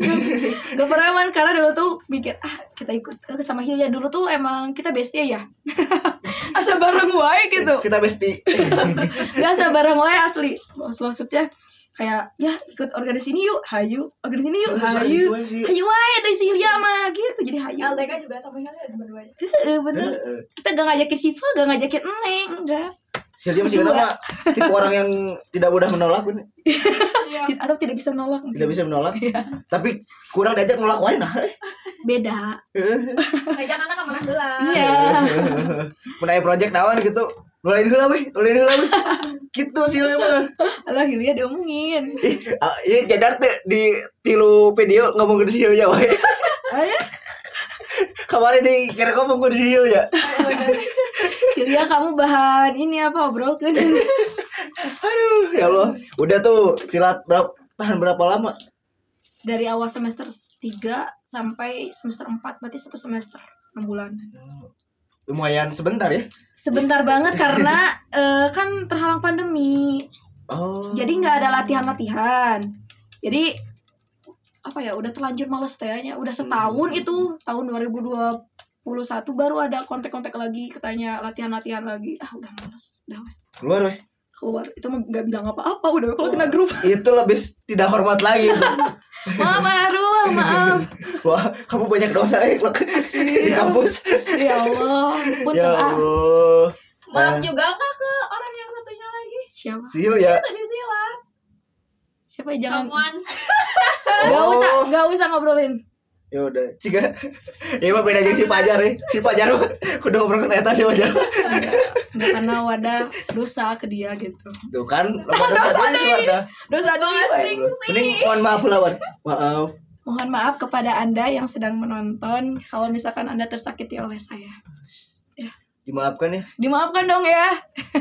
Gak pernah man, karena dulu tuh mikir ah kita ikut eh, sama Hilya dulu tuh emang kita bestie ya. Asal bareng wae gitu. Kita bestie. Gak asal bareng wae asli. Maksud- Maksudnya kayak ya ikut organisasi ini yuk, hayu. Organisasi ini yuk, hayu. Itu sih. Hayu wae dari si Hilya mah gitu. Jadi hayu. L T K juga sama Hilya ada berdua. Heeh, bener. Heeh. Kita gak ngajakin Siva, gak ngajakin Eneng, enggak. Silja masih Berdua. kenapa? Tipe orang yang tidak mudah menolak, bener. Iya. Atau tidak bisa menolak. Tidak bisa menolak. Iya. Tapi kurang diajak nolak wae nah. Beda. Ngajak anak ke mana heula. Iya. Menaik project naon gitu. Nulain heula we, nulain heula we. Gitu sih mah. Alah Hilya diomongin. Ih, ah, iya jadar teh di tilu video ngomong ke si Hilya wae. Ah, ya? Kemarin di kira ngomong ke si Hilya. Hilya kamu bahan ini apa obrol kan? Aduh, ya Allah. Udah tuh silat berapa tahan berapa lama? Dari awal semester tiga sampai semester empat, berarti satu semester, enam bulan. Lumayan sebentar ya. Sebentar banget karena eh, kan terhalang pandemi. Oh. Jadi nggak ada latihan-latihan. Jadi apa ya, udah terlanjur males kayaknya. Udah setahun itu, tahun dua ribu dua puluh satu baru ada kontak-kontak lagi, katanya latihan-latihan lagi. Ah, udah males. Udah weh. Keluar weh. Keluar. Itu mah nggak bilang apa-apa, udah weh, kalau kena grup. Itu lebih tidak hormat lagi itu. Maaf Arul, maaf. Wah, kamu banyak dosa eh di kampus. Ya Allah, punten Ya ah. Allah. Maaf Eh, juga nggak ke orang yang satunya lagi. Siapa? Si Hilya. Tadi silat. Siapa ya, jangan. Someone. Gak Oh. usah, gak usah ngobrolin. Ya udah. Jika ya mah beda jeung si Pajar ya. Si Pajar mah kudu ngobrol ke eta si Pajar. Nggak, karena wadah dosa ke dia gitu. Tuh kan, dosa si Wardah. Dosa dia. Mending mohon maaf lawan. Maaf. Mohon maaf kepada Anda yang sedang menonton kalau misalkan Anda tersakiti oleh saya. Dimaafkan ya. Dimaafkan dong ya.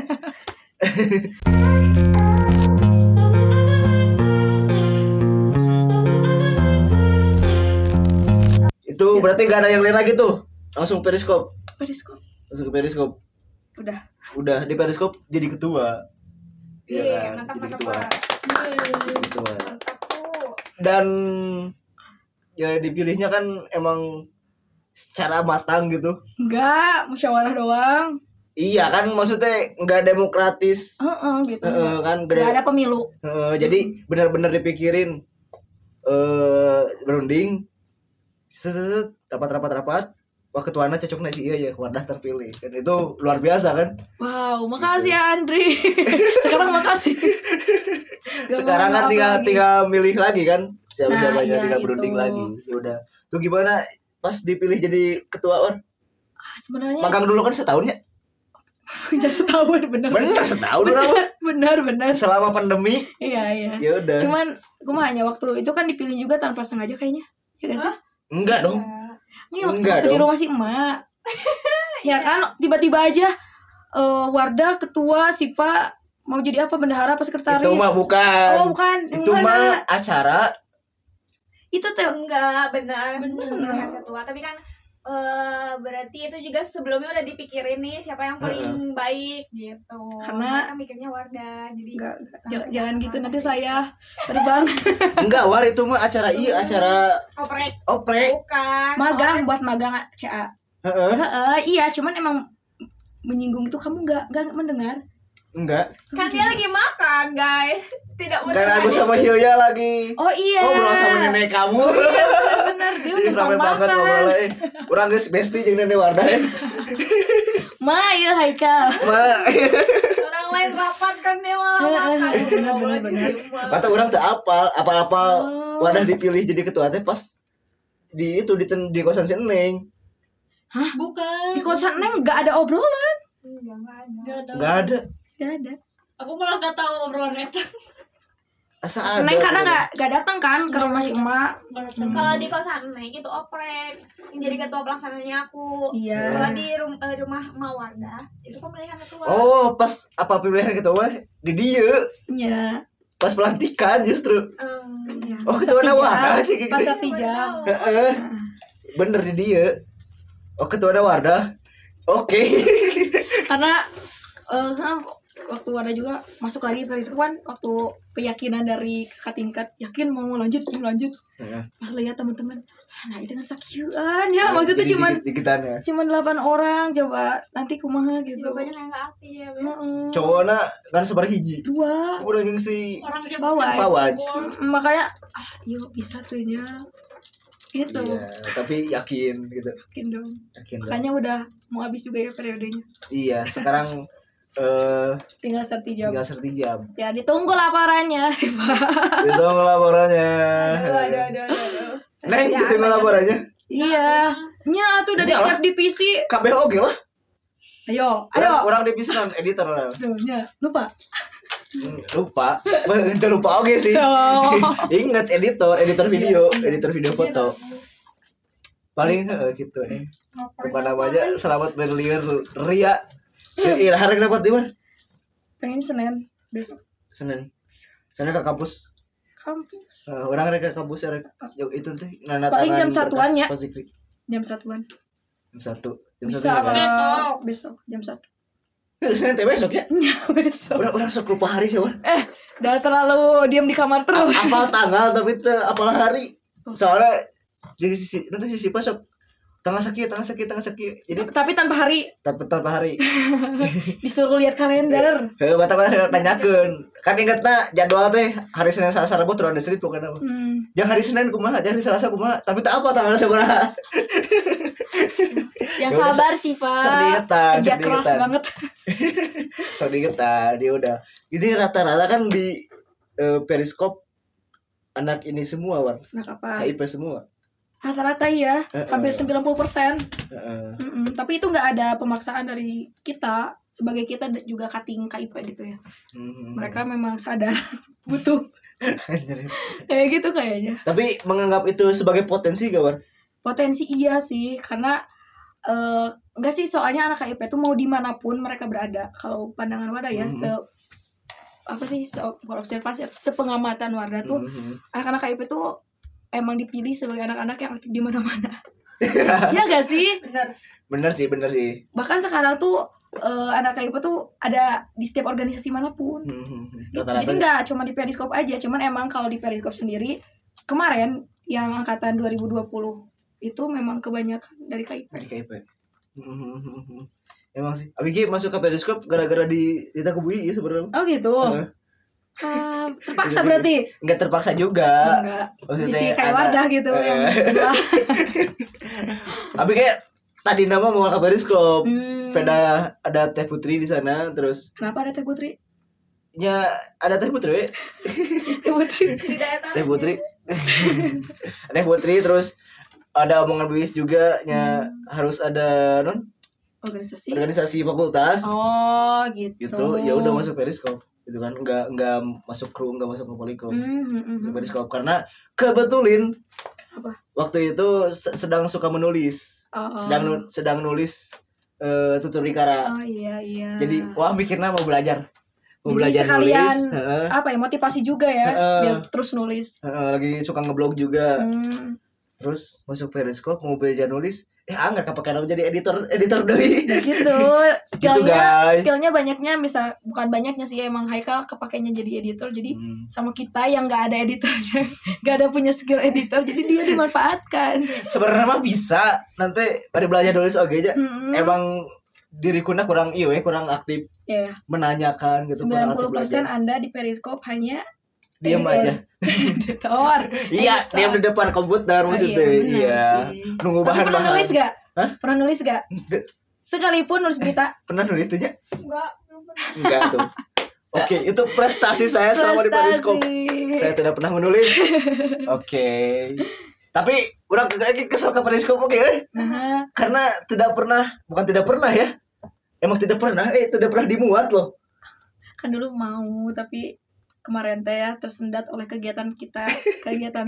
Itu berarti gak ada yang lain lagi tuh. Langsung periskop. Periskop. Langsung ke periskop. Udah. Udah di periskop jadi ketua. Iya Iya, kan? mantap Jadi mantap ketua. Pak. Jadi ketua. Mantap tuh. Dan ya dipilihnya kan emang secara matang gitu. Enggak, musyawarah doang. Iya kan, maksudnya nggak demokratis. Heeh, gitu. Heeh, Enggak. kan Nggak beda. ada pemilu. Heeh, jadi benar-benar dipikirin eh berunding. Set, set, set, rapat rapat rapat. Wah, ketuanya cocok nih si iya ya, Wardah terpilih. Dan itu luar biasa kan. Wow, makasih ya Andri. Sekarang makasih. Gak Sekarang kan mau tinggal apa-apa tinggal milih lagi kan. Siapa-siapa Nah, aja iya, tinggal itu. berunding lagi. Ya udah. Tuh gimana pas dipilih jadi ketua Wan? Ah, sebenarnya Magang dulu kan setahunnya. udah setahun bener. Bener setahun orang. Bener bener. Selama pandemi. Iya iya. Ya udah. Cuman gue mah hanya waktu itu kan dipilih juga tanpa sengaja kayaknya. Ya gak sih? Enggak dong. Ini waktu, Enggak waktu di dong. rumah si emak. Ya kan tiba-tiba aja eh Wardah ketua, Siva mau jadi apa, bendahara apa sekretaris? Itu mah bukan. Oh bukan. Yang Itu mana? mah acara. Itu tuh Enggak, benar. Benar. Benar ketua, tapi kan eh, berarti itu juga sebelumnya udah dipikirin nih siapa yang paling baik gitu. Karena- Mereka mikirnya Wardah. Jadi Enggak, enggak. langsung Jangan, jangan gitu sama nanti sama saya terbang. Enggak, war itu mah acara iya, acara oprek oprek. bukan. Magang buat magang C A. Heeh. Heeh, iya, cuman emang menyinggung itu kamu enggak enggak mendengar. Enggak. Kan dia lagi makan, guys. Tidak Kan mendengar. aku sama Hyoya lagi Oh iya. ngobrol sama nenek kamu. Bener, dia Ih, udah rame banget makan. ngobrolnya. eh. Urang geus bestie jeung nenek Wardah. eh. Ma, iya Haikal. Ma, Orang lain rapat kan dia malah Eh, eh, makan. eh, bener, Ngobrol bener, di bener. rumah. kata urang teu apal, apal-apal Oh. Wardah dipilih jadi ketua teh pas di itu di, ten- di kosan si Neng. Bukan. Di kosan Neng enggak ada obrolan. Enggak, enggak ada. Nggak ada. Enggak ada. Enggak ada. Aku malah nggak tahu obrolan eta. Asa ada. Neng karena enggak enggak datang kan ke rumah si emak. Hmm. Kalau di kosan Neng itu oprek. Yang jadi ketua pelaksananya aku. Iya. Kalau di rum- eh, rumah Mawarda itu pemilihan ketua. Oh, pas apa pilihan ketua di dia Iya. pas pelantikan justru. Em, Iya. Oh, Pas ketua satu Wardah jam, sih kayak Pas gitu. satu jam. Heeh. Bener di dia. Oh, ketua Wardah. Oke. Karena eh, kan waktu ada juga masuk lagi periskop kan waktu keyakinan dari kakak tingkat yakin mau lanjut mau lanjut Heeh. pas lihat teman-teman nah itu kan sakian ya maksudnya Jadi cuman dikit-dikitannya. cuman delapan orang coba nanti kumaha gitu. juga banyak yang nggak aktif ya, Beb. Heeh. Cowoknya kan sebar hiji. Dua. Udah yang si Orang dia Bawah. Fawaj. Mm, makanya ah, yuk bisa tuh ya gitu. Iya, tapi yakin gitu. Yakin dong. Yakin dong. Makanya udah mau habis juga ya periodenya. Iya, sekarang eh Tinggal satu jam. tinggal satu jam. Ya ditunggu laporannya sih Pak. Itu laporannya. Aduh, aduh, aduh, aduh, aduh. Neng, Ya, ditunggu banyak. laporannya. Iya. Nya tuh udah Iyalah. di-save di P C. K B O ge lah. Ayo, Orang, ayo. orang di pisan editor orang. Tuh, nya, lupa. Hmm, lupa. Ente lupa oke sih. Oh. Ingat editor, editor video, Iya. editor video foto. Paling eh, gitu eh. Lupa namanya. Selamat berlian Ria. Iya, hari dapat di mana? Pengen Senin besok Senin. Senin ke kampus. kampus Eh, orang rek ke kampus rek Yo, itu teh nana Paling tangan jam satuan berkas ya. Pasifik. jam satuan. Jam satu. Jam Bisa satu ya, kan? lah besok jam satu. Eh, Senin teh besok ya. Besok. Orang orang sok lupa hari sih, Wan. Udah terlalu diam di kamar terus. Apal tanggal tapi teu apal hari. Soalnya jadi sisi nanti sisi pasok tanggal sakit, tanggal sakit, tanggal sakit. Jadi Tapi tanpa hari tapi tanpa hari. disuruh lihat kalender. Heuh, bata bata nanyakeun. Kan ingetna jadwal teh hari Senin Selasa Rabu turun di street pokoknya. Hmm. Jangan hari Senin kumaha, jangan hari Selasa kumaha, tapi tak apa tanggal sabaraha. Yang Ya udah, sabar sih Sok Pak. diingetan, Kerja sok keras diingetan. banget. Sok diingetan, dia udah. Jadi rata-rata kan di eh, periskop anak ini semua, Wan. Nah apa? K I P semua. Rata-rata iya, Heeh. hampir sembilan puluh persen. Heeh. Mm-mm. Tapi itu nggak ada pemaksaan dari kita sebagai kita d- juga cutting K I P gitu ya. Mhm. Mereka memang sadar butuh Anjir. kayak gitu kayaknya. Tapi menganggap itu sebagai potensi gak, Wan? Potensi iya sih karena eh enggak sih soalnya anak K I P itu mau dimanapun mereka berada. Kalau pandangan Wardah ya Mhm. se apa sih se observasi sepengamatan Wardah tuh Mhm. anak-anak K I P tuh emang dipilih sebagai anak-anak yang aktif di mana-mana. Ya gak sih? Bener. Bener sih, bener sih. Bahkan sekarang tuh eh, anak K I P tuh ada di setiap organisasi manapun. Mhm. Jadi Rata-rata nggak cuma di Periskop aja, cuman emang kalau di Periskop sendiri kemarin yang angkatan dua ribu dua puluh itu memang kebanyakan dari K I P. di K I P. Mhm. Emang sih. Abigi masuk ke periskop gara-gara di ditakubui ya sebenarnya. Oh gitu. Heeh. Ah, terpaksa berarti. Enggak terpaksa juga. Enggak. Maksudnya Isi kayak ada- Wardah gitu Eh. yang sebelah. Abi kayak tadi nama mau ke periskop. Hmm. Peda ada Teh Putri di sana, terus Kenapa ada Teh Putri? nya ada Teh Putri. Teh Putri. Tidak ada Teh Putri. Teh Putri terus ada omongan Buis juga nya harus ada non Organisasi. organisasi fakultas. Oh gitu. Gitu. Ya udah masuk periskop. Gitu kan enggak enggak masuk kru, enggak masuk ke polikom. Hmm, hmm, hmm, Masuk hmm. periskop karena kebetulin Apa? waktu itu se- sedang suka menulis. Oh, oh. Sedang nu- sedang nulis eh tutur Ikara. Oh iya iya. Jadi wah mikirnya mau belajar. Mau Jadi belajar sekalian nulis. Heeh. apa ya motivasi juga ya Heeh. biar terus nulis. Heeh, lagi suka ngeblog juga. Hmm. terus masuk Periscope mau belajar nulis eh anggar kepake nama jadi editor editor deui Nah, gitu. gitu Skillnya, guys. skillnya banyaknya misal bukan banyaknya sih emang Haikal kepakainya jadi editor. Jadi Hmm. sama kita yang nggak ada editornya, nggak ada punya skill editor, jadi dia dimanfaatkan. Sebenarnya mah bisa nanti pada belajar nulis oke aja Mm-mm. emang dirikuna kurang iyo eh, kurang aktif Ya, menanyakan gitu sembilan kurang puluh aktif persen belajar Anda di Periscope hanya diam editor. aja editor. iya Editor. diam di depan komputer Oh, maksudnya iya, benar iya sih. nunggu Tapi pernah bahan-bahan nulis gak? Hah? Pernah nulis gak? Sekalipun nulis berita. pernah nulis tuh nya Enggak, belum pernah. enggak tuh oke itu prestasi saya selama di Periscope saya tidak pernah menulis oke tapi orang lagi kesel ke Periscope oke eh. Nah, Karena tidak pernah bukan tidak pernah ya emang tidak pernah eh tidak pernah dimuat loh kan dulu mau tapi kemarin teh ya tersendat oleh kegiatan kita, kegiatan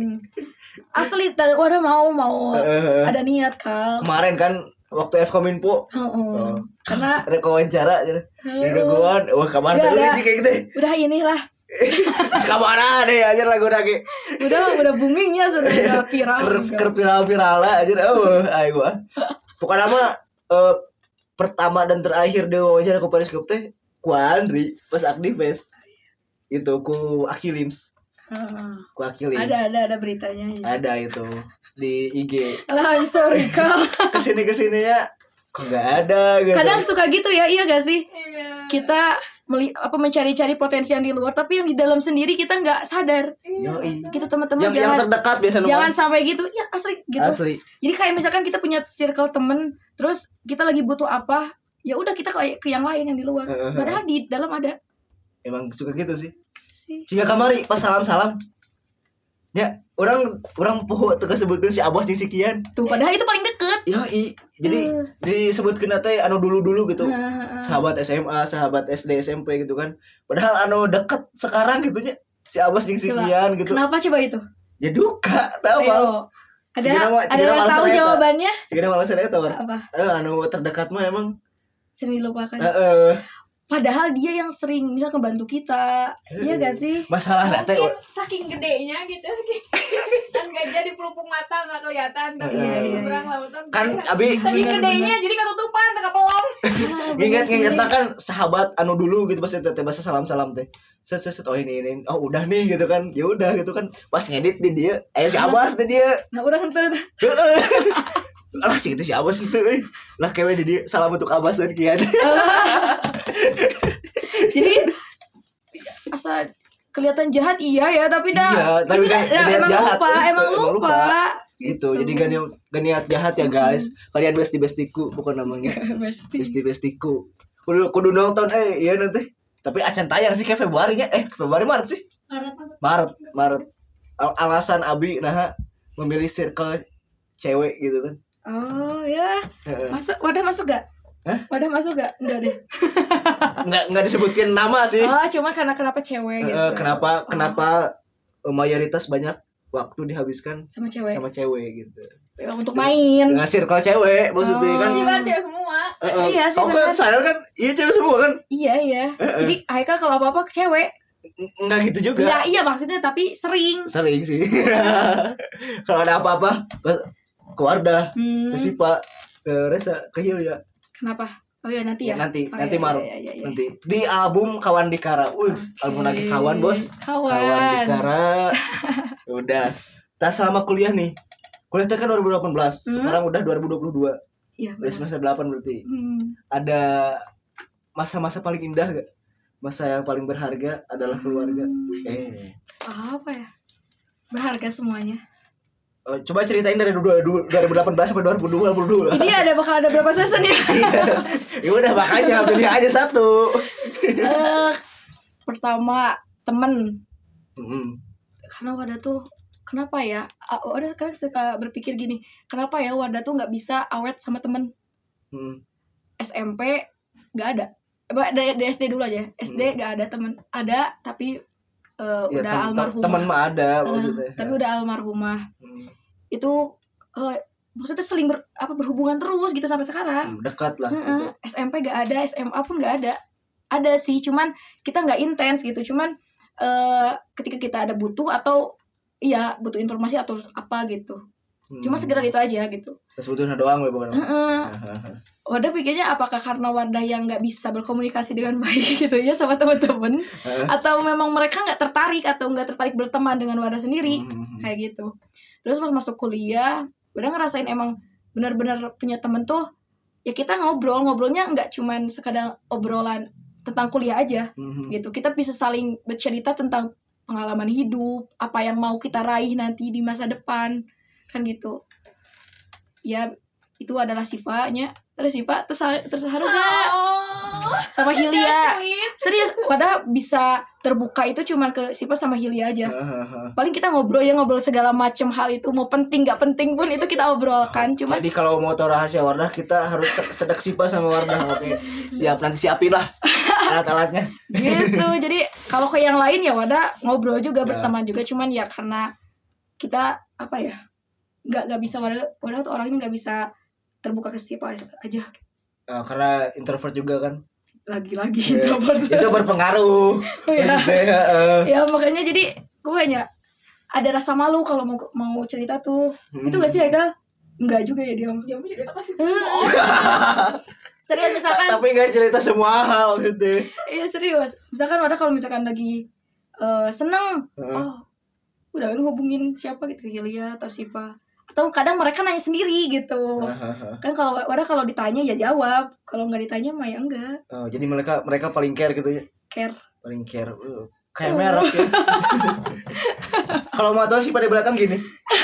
asli tadi wadah mau mau Eh, ada niat Kal. kemarin kan waktu Fkominfo Oh, oh. Oh. Karena ada wawancara jadi oh, udah gua wah kamar Udah, dulu udah. sih kayak gitu udah inilah terus kamar deh aja lagu lagi udah udah boomingnya sudah udah viral ker juga. ker viral viral aja oh ayo gua pokoknya mah eh, pertama dan terakhir di wawancara ke Periscope teh ku Andri pas aktivis itu ku Akilims Heeh. ku Akilims ada ada ada beritanya ya. ada itu di I G Alah, I'm sorry Kal. kesini kesininya kok nggak ada gitu Kadang suka gitu ya, iya gak sih? Iya. Kita meli- apa mencari-cari potensi yang di luar tapi yang di dalam sendiri kita nggak sadar. Iya. Yoi. Gitu teman-teman, yang yang jangan terdekat biasa jangan sampai gitu. Ya asli gitu. asli Jadi kayak misalkan kita punya circle temen, terus kita lagi butuh apa, ya udah kita ke, ke yang lain yang di luar. Heeh. Padahal di dalam ada emang suka gitu sih sih. jika kamari pas salam salam ya orang orang poho teu sebutkeun si Abos jeung si Kian Tuh, padahal itu paling deket. ya i jadi Eh. disebutkeun teh anu dulu-dulu gitu Heeh. sahabat S M A sahabat S D S M P gitu kan padahal anu deket sekarang gitu nya si Abos jeung si Coba, Kian gitu Kenapa coba itu? ya duka tahu bang Ayo. Ada Cikina mah- ada cikina yang malas tahu ternyata. jawabannya? jika malasan eta war Apa? eh, anu terdekat mah emang Sering dilupakan. heeh Padahal dia yang sering bisa ngebantu kita. Iya gak sih? masalah teh Mungkin saking gedenya gitu saking kan gajah di pelupuk mata nggak kelihatan tapi Iya, di iya, seberang iya. lautan kan kayak- abi tapi Bener, gedenya jadi ketutupan tengah pelong Ah, bener Ingat sih. ingat kan sahabat anu dulu gitu pas teh bahasa salam salam teh. Set set set, oh ini ini oh udah nih gitu kan. Ya udah gitu kan. Pas ngedit di dia eh si Abbas di dia. Nah, udah henteu. Heeh. Alah sih itu si Abbas itu euy. Lah kewe di dia salam untuk Abbas dan Kian. Jadi asa kelihatan jahat iya ya, tapi dah Iya, tapi itu kan dah- dah niat emang jahat. lupa, Eh, emang emang lupa. Gitu. Jadi gak niat gak niat jahat ya guys. Kalian besti bestiku bukan namanya. Besti. Besti bestiku. Kudu kudu nonton eh iya nanti. Tapi acan tayang sih kayak Februari nya. Eh Februari Maret sih. Maret. Maret Maret Al- alasan Abi nah memilih circle cewek gitu kan. Oh ya, Heeh. masuk wadah masuk gak? Hah? Wadah masuk gak? Enggak deh. nggak nggak disebutkan nama sih. Oh, cuma karena kenapa cewek gitu. Eh, kenapa Oh. kenapa eh, mayoritas banyak waktu dihabiskan Sama cewek. sama cewek gitu. Emang untuk main. Dengan circle cewek maksudnya Oh. kan. juga kan cewek semua Eh, eh, Iya sih, kau kan bener. saya kan iya cewek semua kan. Iya, iya. Eh, eh. Jadi Haikal kalau apa-apa ke cewek. N- Nggak gitu juga. Enggak, iya maksudnya tapi sering. Sering sih. Kalau ada apa-apa ke ke Wardah, Hmm. ke Sipa, ke Resa, ke Hilya. Kenapa? Oh ya nanti ya. Ya, nanti Oh, nanti iya, Maret. iya, iya, iya. Nanti di album Kawan Dikara. Wih, album lagi kawan, Bos. Kawan Kawan. Dikara. Udah. Nah, selama kuliah nih. Kuliah teh kan dua ribu delapan belas, Hmm. sekarang udah dua ribu dua puluh dua. Iya, Udah benar. semester delapan berarti. Hmm. Ada masa-masa paling indah gak? Masa yang paling berharga adalah keluarga. Eh. Apa ya? Berharga semuanya. Oh, coba ceritain dari dua ribu delapan belas sampai dua ribu dua puluh dua. Ini ada bakal ada berapa season ya? Ya udah makanya pilih aja satu. Eh, pertama temen. Mm-mm. Karena Wardah tuh kenapa ya? Ah, Wardah sekarang suka berpikir gini, kenapa ya Wardah tuh nggak bisa awet sama temen? Mm. S M P nggak ada. Eh, dari, dari S D dulu aja. S D Hmm. nggak ada temen. Ada tapi eh, Ya, udah tem- tem- almarhumah. teman mah ada Eh, maksudnya. tapi udah almarhumah. Hmm. Itu eh, maksudnya seling ber, apa berhubungan terus gitu sampai sekarang. Hmm, dekat lah Heeh, gitu. S M P gak ada, S M A pun gak ada. Ada sih, cuman kita nggak intens gitu. Cuman eh ketika kita ada butuh atau iya butuh informasi atau apa gitu, Cuma sekedar itu aja gitu. Terus butuhnya doang we bukan. Heeh. Wadah pikirnya apakah karena Wardah yang nggak bisa berkomunikasi dengan baik gitu ya sama teman-teman, atau memang mereka nggak tertarik atau nggak tertarik berteman dengan Wardah sendiri kayak gitu. Terus pas masuk kuliah, udah ngerasain emang benar-benar punya temen tuh ya kita ngobrol ngobrolnya nggak cuman sekadar obrolan tentang kuliah aja gitu. Kita bisa saling bercerita tentang pengalaman hidup, apa yang mau kita raih nanti di masa depan kan gitu. Ya itu adalah sifatnya. Ada sifat terharu terus terharu nggak? Oh, Sama Hilya. sweet. Serius, padahal bisa terbuka itu cuma ke Sipa sama Hilya aja. Paling kita ngobrol ya ngobrol segala macam hal itu, mau penting nggak penting pun itu kita obrolkan. Cuma Jadi kalau mau tahu rahasia Wardah kita harus se- sedek Sipa sama Wardah. Oke. Siap, nanti siapin lah alat-alatnya. gitu. Jadi kalau ke yang lain ya wadah ngobrol juga, Ya. berteman juga. Cuman ya karena kita apa ya, nggak nggak bisa wadah wadah tuh orangnya nggak bisa terbuka ke Sipa aja. Nah, karena introvert juga kan. Lagi-lagi Ya, introvert. itu berpengaruh. Oh, ya. Maksudnya, eh, Ya makanya jadi gue hanya ada rasa malu kalau mau mau cerita tuh. hmm. Itu gak sih Haikal? Enggak juga ya dia. Ya mau cerita kasih Eh, semua. Serius misalkan, Tapi nggak cerita semua hal maksudnya. iya serius. Misalkan ada kalau misalkan lagi eh, seneng, Heeh. oh udah hubungin siapa gitu, Hilya atau Sipa. Atau kadang mereka nanya sendiri gitu. Kan kalau wadah kalau ditanya ya jawab, kalau nggak ditanya mah ya enggak. Oh, jadi mereka mereka paling care gitu ya. Care. Paling care. Uh, kayak Oh. merek ya. Kalau mau tahu sih pada belakang gini.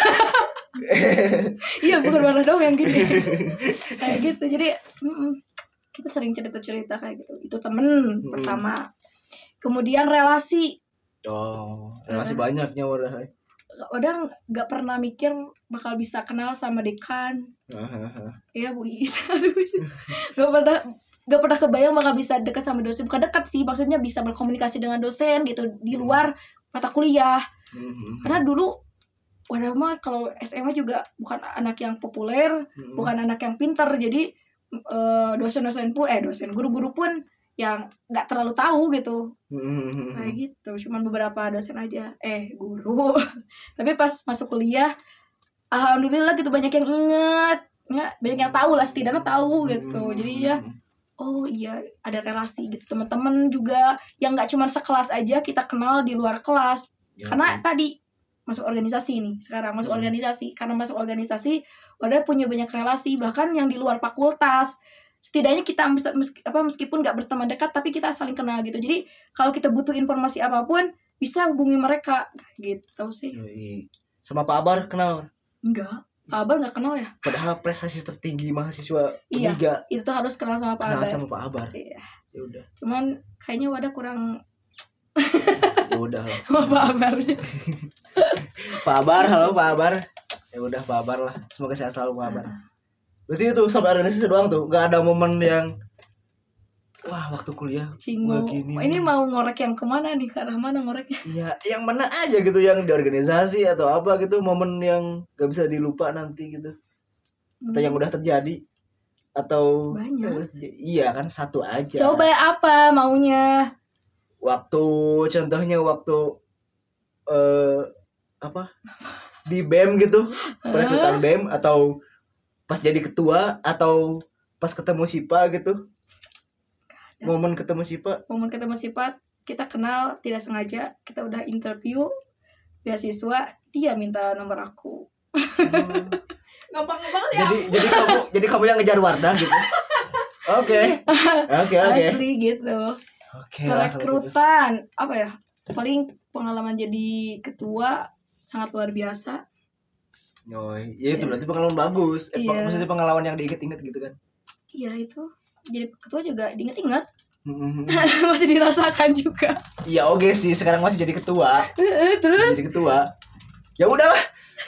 Iya bukan warna doang yang gini. Kayak gitu. Jadi mm-mm, kita sering cerita-cerita kayak gitu. Itu temen Mm. pertama. Kemudian relasi. Oh, masih banyaknya Wardah. Udah nggak pernah mikir bakal bisa kenal sama dekan. Iya Bu Is. Aduh. Nggak pernah nggak pernah kebayang bakal bisa dekat sama dosen. Bukan dekat sih, maksudnya bisa berkomunikasi dengan dosen gitu di luar mata kuliah. Karena dulu wadah mah kalau S M A juga bukan anak yang populer, bukan anak yang pintar. Jadi eh, dosen-dosen pun eh dosen guru-guru pun yang nggak terlalu tahu gitu. Kayak gitu, cuman beberapa dosen aja, eh guru. Tapi pas masuk kuliah, alhamdulillah gitu banyak yang inget, ya banyak yang tahu lah, setidaknya tahu gitu. Jadi ya, oh iya ada relasi gitu, teman-teman juga yang nggak cuma sekelas aja kita kenal di luar kelas. Karena tadi masuk organisasi nih, sekarang masuk Hmm. organisasi, karena masuk organisasi, udah punya banyak relasi, bahkan yang di luar fakultas. Setidaknya kita bisa meski, apa meskipun nggak berteman dekat tapi kita saling kenal gitu. Jadi kalau kita butuh informasi apapun bisa hubungi mereka gitu sih. Yoi. Sama Pak Abar kenal. Enggak, Pak Abar nggak kenal ya. Padahal prestasi tertinggi mahasiswa Iya. ketiga Itu tuh harus kenal sama Pak kenal Abar. sama Pak Abar. Iya. Ya udah, Cuman kayaknya wadah kurang ya udah lah. sama Pak Abarnya. Pak Abar, halo Pak Abar. Ya udah Pak Abar lah. Semoga sehat selalu Pak Abar. Berarti itu sampai organisasi doang tuh, nggak ada momen yang wah waktu kuliah. Cingu. Wah, gini Ini nih. mau ngorek yang kemana nih? Ke arah mana ngoreknya? Iya, yang mana aja gitu, yang di organisasi atau apa gitu, momen yang gak bisa dilupa nanti gitu, atau yang udah terjadi atau Banyak. iya kan satu aja. Coba ya apa maunya? Waktu contohnya waktu eh apa di B E M gitu, perekrutan B E M, atau pas jadi ketua, atau pas ketemu Sipa gitu, momen ketemu Sipa. Momen ketemu Sipa, kita kenal tidak sengaja, kita udah interview beasiswa, dia minta nomor aku. Gampang banget ya. jadi jadi kamu jadi kamu yang ngejar Wardah gitu. Oke oke oke Asli gitu. oke lah kalau gitu. Perekrutan apa ya? Paling pengalaman jadi ketua sangat luar biasa. Oh, ya itu berarti pengalaman bagus. Eh, Iya. maksudnya pengalaman yang diinget-inget gitu kan. Iya itu. Jadi ketua juga diinget-inget, Mhm. masih dirasakan juga. Iya oke sih, sekarang masih jadi ketua. Terus Jadi ketua. Ya udahlah,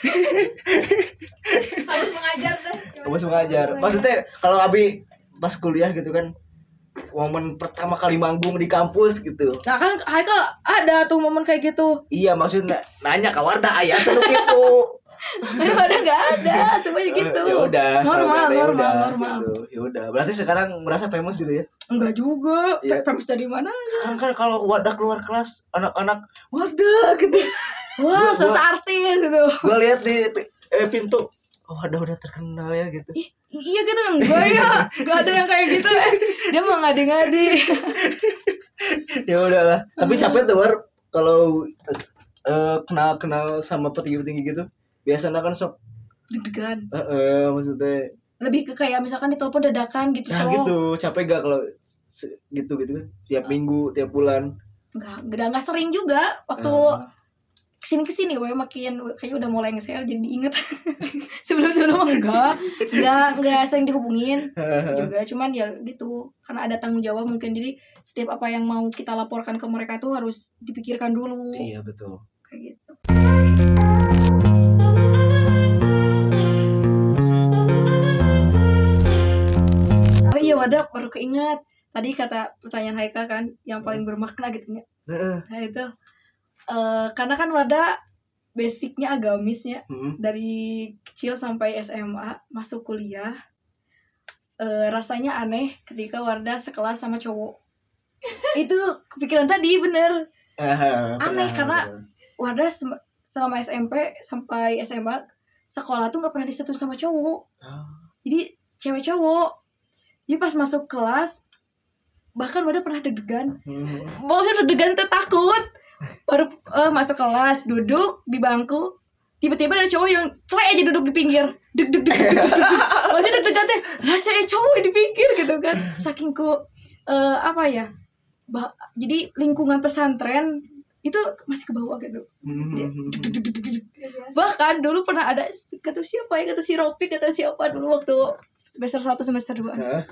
Harus mengajar dah. kamu harus mengajar. Maksudnya kalau Abi pas kuliah gitu kan, momen pertama kali manggung di kampus gitu. nah kan Haikal ada tuh momen kayak gitu. Iya, maksudnya nanya ke Wardah ayah tuh gitu. Daripada nggak ada, semuanya gitu. Ya udah. kalau Normal, nggak ada, ya normal, udah, normal. gitu. Ya udah. Berarti sekarang merasa famous gitu ya. Enggak juga. Iya. Famous dari mana? Sekarang kan kalau Wardah keluar kelas, anak-anak Wardah gitu. Wah, Gua- sosok gua- artis gitu. Gua lihat di pi- eh, pintu oh ada udah terkenal ya gitu. Ih, iya gitu enggak ya, enggak ada yang kayak gitu eh. Dia mau ngadi-ngadi. Ya udahlah, tapi capek tuh War kalau uh, kenal kenal sama petinggi-petinggi gitu. Biasanya kan sok Deg-degan. Heeh, uh, maksudnya Lebih ke kayak misalkan ditelepon dadakan gitu. nah so. gitu, capek gak kalau se- gitu gitu kan? Tiap minggu, tiap bulan. Enggak, enggak enggak sering juga waktu Uh. kesini kesini gue makin kayaknya udah mulai nge-share jadi diinget. Sebelum sebelum enggak enggak enggak sering dihubungin juga, cuman ya gitu karena ada tanggung jawab mungkin, jadi setiap apa yang mau kita laporkan ke mereka tuh harus dipikirkan dulu. Iya betul. Kayak gitu. Oh iya Wadah, baru keinget tadi kata pertanyaan Haika kan yang paling bermakna gitu ya. Nah itu uh, karena kan Wadah basicnya agamisnya Hmm. dari kecil sampai S M A masuk kuliah, uh, rasanya aneh ketika Wardah sekelas sama cowok. Itu kepikiran tadi bener aneh karena Wardah sem- selama S M P sampai S M A sekolah tuh nggak pernah disetuin sama cowok, jadi cewek cowok. Jadi pas masuk kelas bahkan Wardah pernah deg-degan, Hmm. maksudnya deg-degan tuh takut. Baru uh, masuk kelas, duduk di bangku, tiba-tiba ada cowok yang celek aja duduk di pinggir, deg deg deg deg deg. Maksudnya deg-degan teh, lah saya cowok di pinggir gitu kan. Saking ku uh, apa ya, bah- jadi lingkungan pesantren itu masih ke bawah gitu. Dia, deg deg deg deg deg. Bahkan dulu pernah ada kata siapa ya, kata si Ropi, kata siapa dulu waktu semester satu semester dua. Eh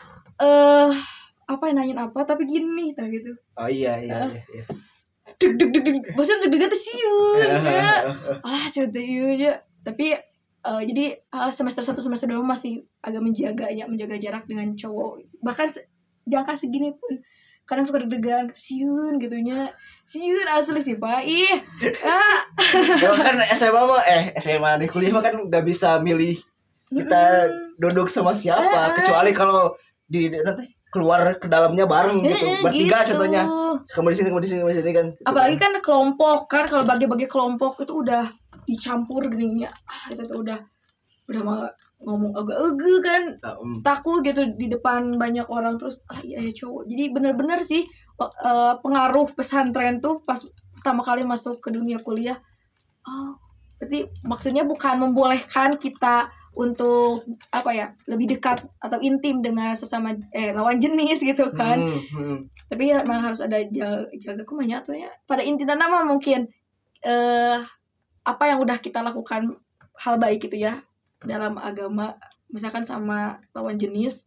uh, apa yang nanyain apa tapi gini tah gitu. Oh iya iya iya. iya. Deg deg deg deg, maksudnya deg degan tuh siun ya. Alah cerita iya aja. Tapi uh, jadi uh, semester satu semester dua masih agak menjaga ya, menjaga jarak dengan cowok. Bahkan se- jangka segini pun kadang suka deg-degan, siun gitunya. Siun asli sih Pak. Ih. Ah. Ya kan S M A mah eh S M A di kuliah mah kan nggak bisa milih kita Mm-mm. duduk sama siapa, Eh, eh. kecuali kalau di nanti keluar ke dalamnya bareng gitu. Eh, Bertiga gitu. contohnya. Kamu di sini, kamu di sini, kamu di sini kan. Gitu Apalagi kan kelompok kan, kalau bagi-bagi kelompok itu udah dicampur gininya. Ah, itu tuh udah udah mah ngomong agak-ege kan. Ah, um. Takut gitu di depan banyak orang terus ah iya ya cowok. Jadi bener-bener sih uh, pengaruh pesantren tuh pas pertama kali masuk ke dunia kuliah. Oh, berarti maksudnya bukan membolehkan kita untuk apa ya, lebih dekat atau intim dengan sesama eh lawan jenis gitu kan. Hmm, hmm. Tapi memang harus ada jaga, jaga kumanya tuh ya. Pada intinya nama mungkin eh apa yang udah kita lakukan hal baik gitu ya dalam agama, misalkan sama lawan jenis.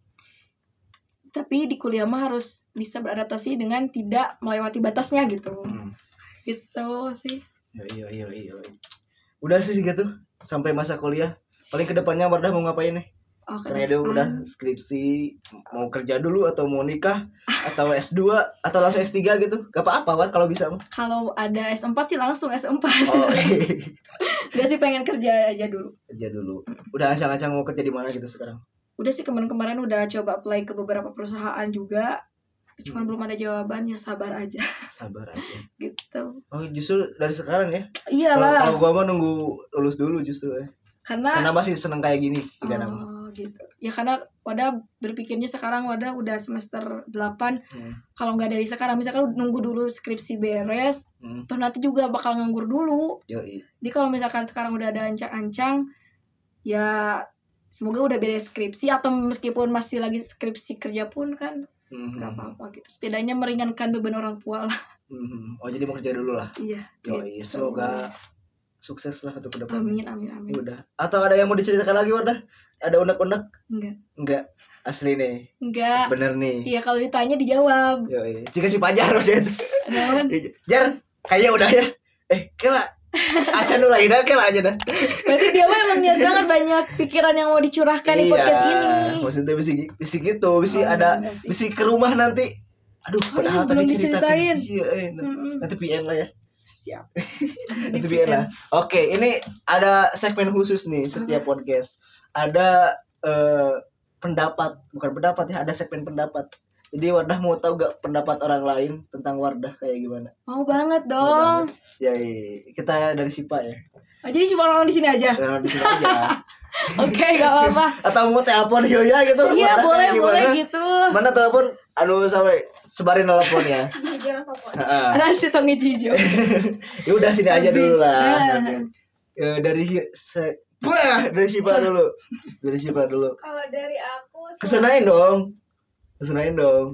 Tapi di kuliah mah harus bisa beradaptasi dengan tidak melewati batasnya gitu. Hmm. Gitu sih. Iya iya iya iya. Udah sih gitu sampai masa kuliah. Paling kedepannya Wardah mau ngapain nih? Oh, Karena dia udah skripsi, mau kerja dulu atau mau nikah atau S dua atau langsung S tiga gitu. Gak apa-apa War kalau bisa mah. Kalau ada S empat sih langsung S empat. Oh, Gak sih, pengen kerja aja dulu. kerja dulu. Udah ancang-ancang mau kerja di mana gitu sekarang? Udah sih, kemarin-kemarin udah coba apply ke beberapa perusahaan juga. Cuman Hmm. belum ada jawabannya, sabar aja Sabar aja. gitu. Oh, justru dari sekarang ya? Kalau Iyalah, kalau gua mah nunggu lulus dulu justru ya. karena Karena masih seneng kayak gini juga nama. oh, gitu. Ya karena Wadah berpikirnya sekarang Wadah udah semester delapan. Hmm. Kalau nggak dari sekarang, misalkan nunggu dulu skripsi beres, Hmm. toh nanti juga bakal nganggur dulu. Yoi. Jadi kalau misalkan sekarang udah ada ancang-ancang, ya semoga udah beres skripsi, atau meskipun masih lagi skripsi kerja pun kan Hmm. nggak apa-apa gitu. Setidaknya meringankan beban orang tua lah. Hmm. Oh, jadi mau kerja dulu lah. Iya. Yoi, gitu. semoga sukses lah untuk ke depan. Amin, amin, amin. Udah. Atau ada yang mau diceritakan lagi Wardah? Ada unek-unek? Enggak. Enggak. Asli nih. Enggak. Bener nih. Iya, kalau ditanya dijawab. Yoi. Jika si Pajar maksudnya. Nah, Jar, kayaknya udah ya. Eh, kela. Aca dulu lagi dah, kela aja dah. berarti dia mah emang niat banget banyak pikiran yang mau dicurahkan di podcast ini. Maksudnya bisa bisa gitu, bisa Oh, ada bener sih. bisa ke rumah nanti. Aduh, Oh, padahal iya, tadi belum cerita diceritain. Iya, eh, nanti, Mm-mm. nanti P N lah ya. Siap. Nanti P N lah. Oke, ini ada segmen khusus nih setiap podcast. Ada eh, pendapat, bukan pendapat ya, ada segmen pendapat. Jadi Wardah mau tahu gak pendapat orang lain tentang Wardah kayak gimana? Mau banget Mau dong. banget. Ya, iya. Kita dari Sipa ya. Oh, jadi cuma orang di sini aja. Nah, di sini aja. Oke, gak apa-apa. Atau mau telepon ya gitu. Iya, Wardah, boleh, gimana? boleh gitu. Mana telepon? Anu sampai sebarin telepon ya. Jijik telepon. Heeh. Nasi tongi jijo. Ya udah sini aja dulu Habis. lah. Nah. Eh, dari si se- Wah, dari Sipa dulu. Dari Sipa dulu. Kalau dari aku Kesenain dong. Kesenain dong.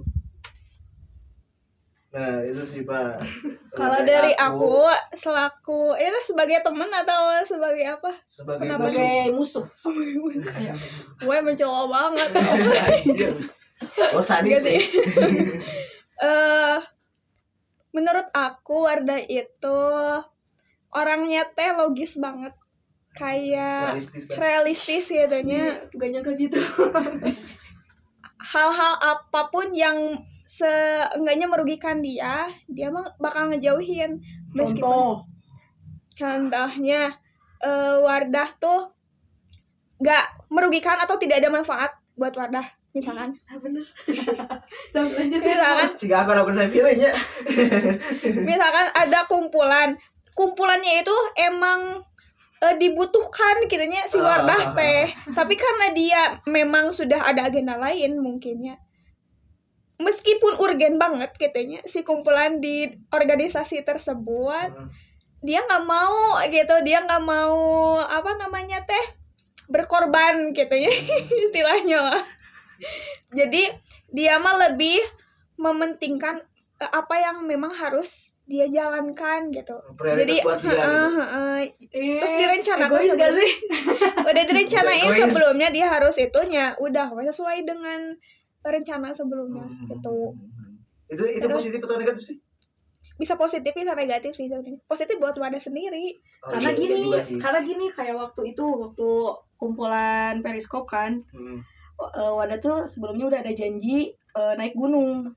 Nah, itu Sipa. kalau dari aku selaku itu sebagai teman atau sebagai apa? sebagai Kenapa musuh. Sebagai musuh. Gue mencoba banget. Anjir. Oh, sadis Gak sih. sih. Eh, menurut aku Wardah itu orangnya teh logis banget, kayak Realistis kan. realistis gitu nya. Gak nyangka gitu. Hal-hal apapun yang seenggaknya merugikan dia, dia mah bakal ngejauhin. Meskipun Contoh. contohnya eh, Wardah tuh gak merugikan atau tidak ada manfaat buat Wardah. Misalkan, Bener. Sampai lanjut. misalkan, Si aku aku saya pilihnya. misalkan ada kumpulan, kumpulannya itu emang eh, dibutuhkan kitanya si Wardah teh, tapi karena dia memang sudah ada agenda lain mungkinnya. Meskipun urgen banget kitanya si kumpulan di organisasi tersebut, dia nggak mau gitu, dia nggak mau apa namanya teh berkorban kitanya istilahnya lah. Jadi dia mah lebih mementingkan eh, apa yang memang harus dia jalankan gitu. Prioritas Jadi buat dia heeh, gitu. heeh. Eh, Terus direncanakan egois gak sebelum- sih? udah direncanain Udah egois. sebelumnya dia harus itunya udah sesuai dengan rencana sebelumnya Hmm. gitu. Itu itu Terus- positif atau negatif sih? Bisa positif bisa negatif sih sebenarnya. Positif buat Wadah sendiri. Oh, Karena iya, iya gini, juga sih. karena gini kayak waktu itu waktu kumpulan Periskop kan, Hmm. eh, Wadah tuh sebelumnya udah ada janji eh, naik gunung.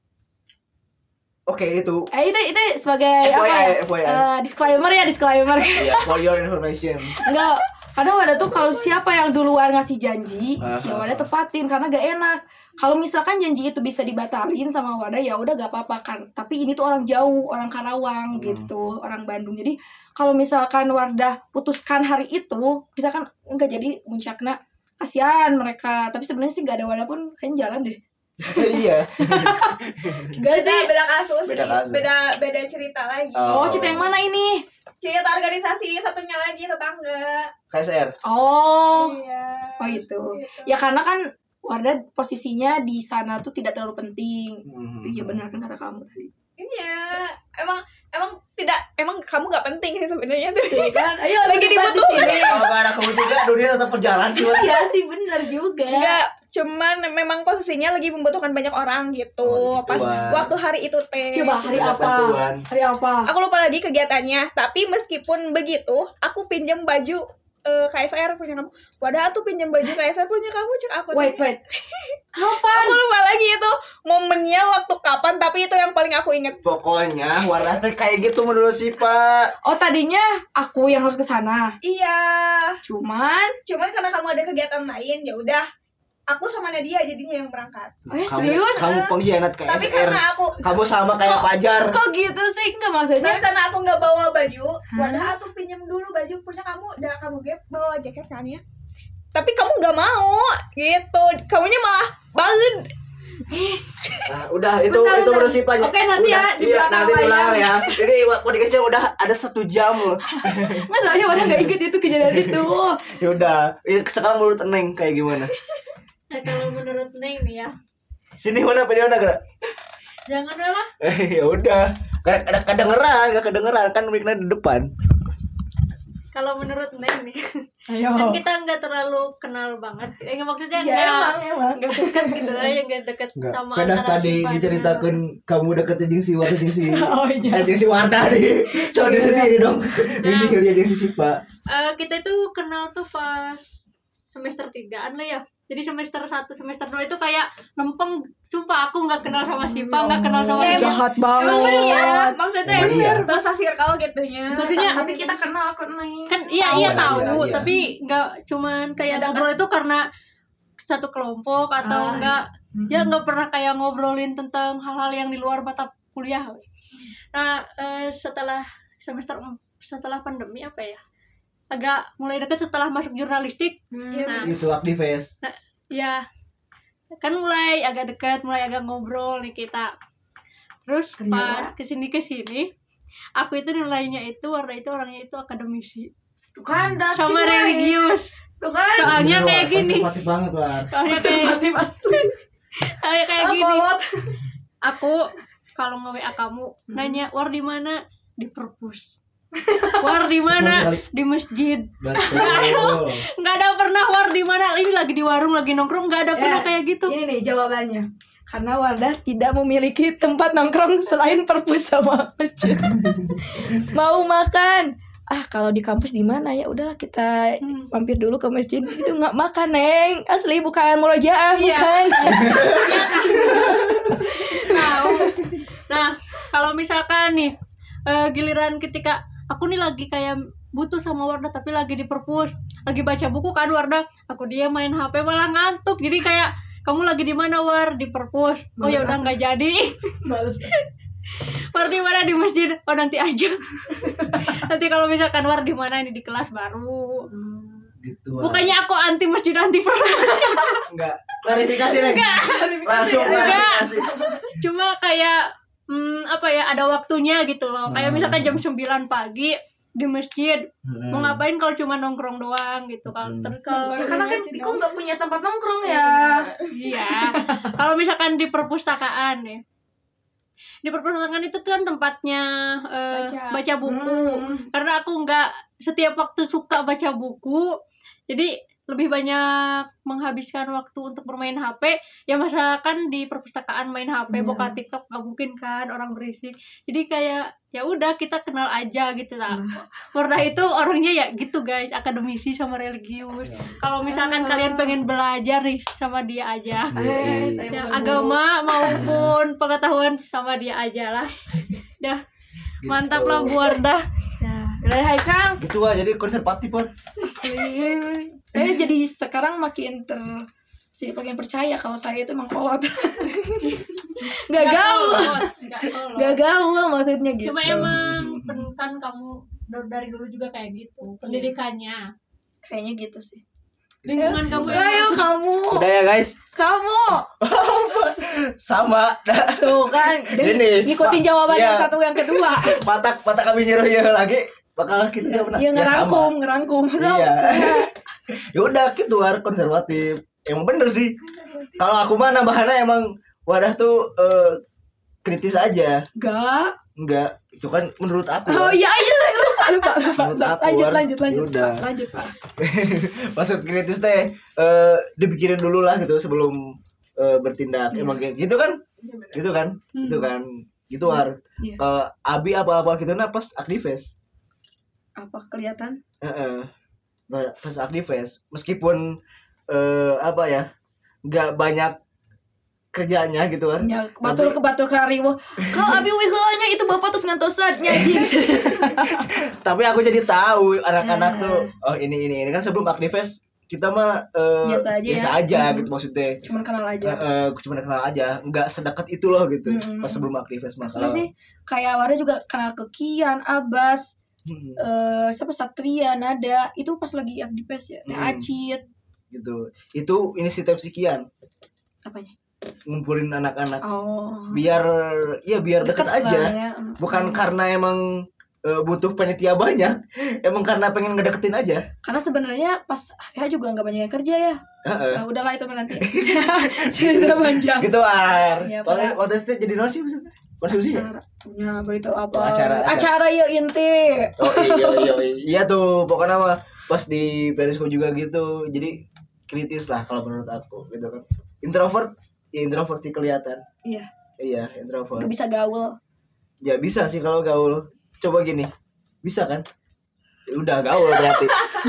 Oke, itu Eh itu itu sebagai apa ya? F Y I, F Y I. Eh, disclaimer ya disclaimer. Iya, for your information. Enggak, karena Wadah tuh kalau siapa yang duluan ngasih janji, Aha. ya Wadah tepatin karena gak enak. Kalau misalkan janji itu bisa dibatalin sama Wadah ya udah gak apa-apa kan. Tapi ini tuh orang jauh, orang Karawang Hmm. gitu, orang Bandung. Jadi kalau misalkan Wadah putuskan hari itu, misalkan enggak jadi muncakna, kasihan mereka. Tapi sebenarnya sih gak ada Wadah pun kayaknya jalan deh. Iya. Gak Beda beda kasus, Beda sih. kasus. beda beda cerita lagi. Oh. Oh, cerita yang mana ini? Cerita organisasi satunya lagi tetangga. K S R. Oh, Iya. oh itu. Gitu. Ya karena kan Wardah posisinya di sana tuh tidak terlalu penting. Hmm. Iya benar kan kata kamu tadi. Iya, emang emang tidak emang kamu nggak penting sih sebenarnya tuh. Tuh kan, ayo Lagi dibutuhin. Kalau nggak ada kamu juga, dunia tetap berjalan sih. Wan. Iya sih benar juga. Enggak, cuman memang posisinya lagi membutuhkan banyak orang gitu. Oh, gitu, Pas Wan. waktu hari itu teh. Coba hari Banyak apa? bantuan. Hari apa? Aku lupa lagi kegiatannya, tapi meskipun begitu, aku pinjam baju eh, K S R punya kamu. Wadah tuh pinjam baju K S R punya kamu, cek aku. Wait, wait. Kapan? Aku lupa lagi itu momennya waktu kapan, tapi itu yang paling aku inget. Pokoknya Wardah teh kayak gitu menurut si Pak. Oh, tadinya aku yang harus ke sana. Iya, Cuman, cuman karena kamu ada kegiatan lain, ya udah. Aku sama Nadia jadinya yang berangkat. eh Kamu, serius? kamu pengkhianat K S R. Tapi karena aku Kamu sama kayak Kok- Fajar. Kok gitu sih? Enggak maksudnya. Tapi karena aku nggak bawa baju, Hah? Wadah tuh pinjam dulu baju punya kamu, udah kamu gap bawa jaket kan ya. Tapi kamu nggak mau, gitu. Kamunya malah banget. Nah, udah itu Bentar, itu bentar. menurut si Pak. Oke, nanti Udah, ya, di iya, belakang nanti layar. ulang ya. Ini podcastnya udah ada satu jam loh. Nggak soalnya Wadah nggak inget itu kejadian itu. Ya udah, ya, sekarang menurut Neng kayak gimana? Nah, kalau menurut Neng nih ya, Sini mana video gerak? jangan lah. Eh, ya udah. Kadang kadang kedengeran, enggak kedengeran kan mic-nya di depan. Kalau menurut Neng nih, Ayo. kan kita nggak terlalu kenal banget. Eh, maksudnya Ya nggak emang emang. nggak dekat gitu lah, ya nggak dekat sama Kadang antara tadi Siva diceritakan kamu deket jeung si Wardah jeung si Oh eh iya. jeung si Wardah nih. So di sendiri dong. Jeung si Hilya jeung si Sipa. Eh, kita itu kenal tuh pas semester tigaan lah ya. Jadi semester satu, semester dua itu kayak lempeng. Sumpah aku nggak kenal sama Siva, nggak kenal sama Ya, Siva. Jahat Emang iya, banget. maksudnya Emang iya. dosa circle gitunya. Maksudnya Tapi kita kenal kok nih. Kan iya Oh, iya iya, tahu, iya, iya. tapi nggak cuman kayak Nggak ngobrol itu karena satu kelompok atau Ah, enggak ya nggak pernah kayak ngobrolin tentang hal-hal yang di luar mata kuliah. Nah, eh, setelah semester em- setelah pandemi apa ya? agak mulai deket setelah masuk jurnalistik. Nah, Itu aktivis. ya kan mulai agak dekat, mulai agak ngobrol nih kita. Terus pas kesini kesini, aku itu nilainya itu Wardah itu orangnya itu akademisi. Tuh kan, dah Sama skip, religius. Tuh kan. Soalnya Bener, kayak War. gini. Konservatif banget, War. Soalnya kayak Konservatif asli. soalnya kayak Ah, gini. kolot. Aku kalau nge-W A kamu nanya War di mana? Di perpus. War di mana? Betul sekali. Di masjid. Betul. Nggak ada pernah War di mana? Ini lagi di warung, lagi nongkrong, nggak ada pernah Ya, kayak gitu. Ini nih jawabannya. Karena Wardah tidak memiliki tempat nongkrong selain perpus sama masjid. Mau makan, ah kalau di kampus di mana ya udahlah kita Hmm. mampir dulu ke masjid. Itu nggak makan, Neng. Asli bukan murojaah, Iya. bukan. Nah, nah kalau misalkan nih eh, giliran ketika aku nih lagi kayak butuh sama Wardah tapi lagi di perpus, lagi baca buku kan Wardah, aku dia main H P malah ngantuk. Jadi kayak kamu lagi di mana War? Di perpus. Oh ya udah nggak jadi. Males. War di mana? Di masjid. Oh nanti aja. Nanti kalau misalkan War di mana ini di kelas baru. Gitu. War. Bukannya aku anti masjid anti perpus. Enggak. Klarifikasi, Neng. Langsung klarifikasi. Cuma kayak hmm, apa ya, ada waktunya gitu loh. Kayak Hmm. misalkan jam sembilan pagi di masjid. Hmm. Mau ngapain kalau cuma nongkrong doang gitu kan. Hmm. Terus kalau Ya, karena kan Iko nggak punya tempat nongkrong ya. iya. Kalau misalkan di perpustakaan ya. Di perpustakaan itu kan tempatnya eh, Baca. baca buku. Hmm. Karena aku nggak setiap waktu suka baca buku. Jadi lebih banyak menghabiskan waktu untuk bermain H P. Ya misalkan di perpustakaan main H P, Iya. buka TikTok nggak mungkin kan, orang berisik. Jadi kayak ya udah kita kenal aja gitu lah. Wardah itu orangnya ya gitu guys, akademisi sama religius. Kalau misalkan Ah. kalian pengen belajar nih sama dia aja. Eh, saya Ya, bukan agama maupun pengetahuan sama dia aja lah. Dah, Gitu. mantap lah Bu Wardah. Nah, dari Haikal. Gitu lah, jadi konservatif, War. Asli. Saya jadi sekarang makin ter sih makin percaya kalau saya itu emang kolot. Gak gaul. Enggak kolot. Gak gaul maksudnya gitu. Cuma emang pen- kan kamu dari- dari dulu juga kayak gitu pendidikannya. Kayaknya gitu sih. Lingkungan kamu Ayo emang kamu. Udah ya, guys. Kamu. Sama. Tuh kan. Ini, Ngikutin Pak. jawaban Iya. yang satu yang kedua. Patak patak kami nyuruh ya lagi. Bakal kita jawab Iya ngerangkum, ngerangkum. So, Iya. Ya udah gitu, War, konservatif. Emang bener sih. Kalau aku mah nambahannya emang Wardah tuh eh, kritis aja. Gak. Enggak, itu kan menurut aku. Oh War. iya iya lupa lupa lupa. Menurut aku, Lanjut War. lanjut lanjut. Yaudah. Pak. Lanjut Pak. Maksud kritis teh eh dipikirin dulu lah gitu sebelum eh, bertindak. Iya. Emang kayak gitu kan? Gitu kan? Hmm. Gitu kan? Gitu, War. Iya. Eh, Abi apa-apa gitu nah pas aktivis. Apa kelihatan? Heeh. Nah, pas aktivis meskipun eh, apa ya? Nggak banyak kerjanya gitu kan. Ya, batul ke batul ke riwo. Kalau abi wihanya itu bapak terus ngantosan nyanyi. Tapi aku jadi tahu anak-anak Ah. tuh oh ini ini ini kan sebelum aktivis kita mah eh, Biasa aja biasa ya. aja Hmm. gitu maksudnya. Cuman kenal aja. Eh, eh, cuma kenal aja, nggak sedekat itu loh gitu. Hmm. Pas sebelum aktivis Maksudnya masalah. sih kayak Wardah juga kenal ke Kian, Abbas, Hmm, eh siapa Satria, Nada, itu pas lagi aktivis ya. Teh Hmm. Acit. gitu. Itu inisiatif si Kian Apanya? ngumpulin anak-anak Oh. biar ya biar deket, Deket aja. lah ya. Bukan karena emang eh, butuh panitia banyak, emang karena pengen ngedeketin aja. Karena sebenarnya pas ya juga nggak banyak yang kerja ya. Heeh. Nah, udahlah itu mah nanti. Cerita panjang. Gitu, Ar. Ya, waktu, Pak. waktu itu jadi non sih maksudnya? Konsumsi ya? Acara. Ya, beritahu apa? Oh, acara, acara. acara ya inti. Oh iya iya iya iya tuh pokoknya mah pas di Perisco juga gitu. Jadi kritis lah kalau menurut aku gitu kan. Introvert, ya introvert sih kelihatan. Iya. Iya, introvert. Gak bisa gaul. Ya bisa sih kalau gaul. Coba gini. Bisa kan? Ya udah gaul berarti.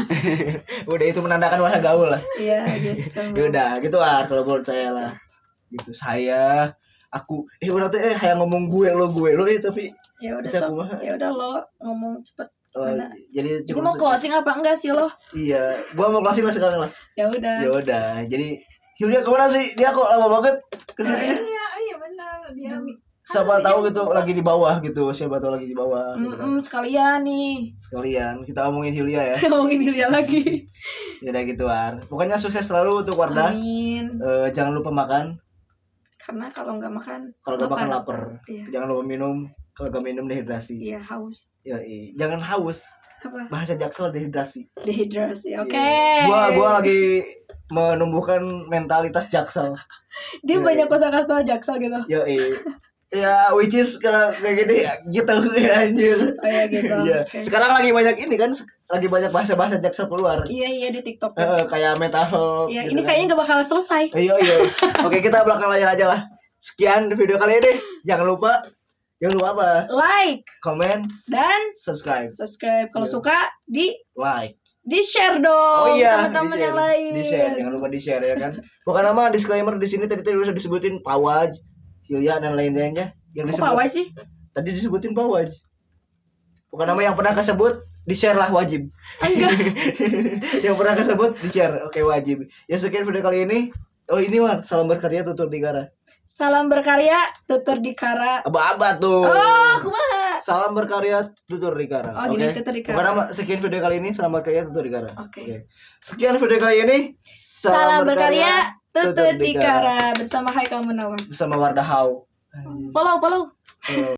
Udah itu menandakan warna gaul lah. Iya gitu. Ya udah gitu ah kalau menurut saya lah. Gitu saya aku eh udah teh eh kayak ngomong gue lo gue lo eh tapi Ya udah bisa sok. kumaha. Ya udah lo ngomong cepet. Oh, Mana? jadi Ini cukup mau se- closing apa enggak sih lo? Iya, gua mau closing lah sekarang lah. Ya udah. Ya udah, jadi Hilya kemana sih? Dia kok lama banget kesini. Iya, iya benar. Dia siapa tahu gitu lagi di bawah gitu, siapa tahu lagi di bawah gitu kan. Mm-mm, sekalian nih. Sekalian kita omongin Hilya ya. Ngomongin Hilya lagi. Ya udah gitu War. Pokoknya sukses selalu untuk Wardah. Amin. Eh, jangan lupa makan. Karena kalau nggak makan, Kalau nggak makan lapar. lapar. Iya. Jangan lupa minum. Kalau nggak minum dehidrasi. Iya, haus. Yoi. Jangan haus. Apa? Bahasa Jaksel dehidrasi. Dehidrasi. Oke. Iya. Gua gua lagi menumbuhkan mentalitas Jaksel. Dia Iya, banyak iya. kosakata Jaksel gitu. Yoi. Ya, which is kalau kayak gini gitu ya anjir. Oh ya gitu. Iya. Oke. Sekarang lagi banyak ini kan, lagi banyak bahasa-bahasa Jaksel keluar. Iya iya di TikTok. Eh, kayak metal. Iya, gitu ini kan. kayaknya nggak bakal selesai. Iya iya. Oke, kita belakang layar aja lah. Sekian video kali ini. Jangan lupa jangan lupa apa? Like Komen, dan subscribe, subscribe. Kalau Iya. suka di like. di share dong. Oh iya, teman-teman di-share. yang lain. Di-share, jangan lupa di-share ya kan. Bukan nama disclaimer di sini tadi tadi udah disebutin Pawaj, Hilya dan lain-lainnya. Yang Kok disebut pawai sih? tadi disebutin Pawaj. Bukan nama yang pernah kesebut, di-share lah wajib. Enggak. Yang pernah kesebut di-share. Oke, wajib. Ya sekian video kali ini. Oh, ini War, salam berkarya tutur dikara. Salam berkarya, tutur dikara. Aba-aba tuh. Oh, kumaha? Salam berkarya tutur dikara. Oh, gini tutur dikara. Bukan nama sekian video kali ini salam berkarya tutur dikara. Oke. Sekian video kali ini. Salam berkarya, tutur dikara bersama Haikal Munawar. bersama Wardahau. Follow, follow. Oh.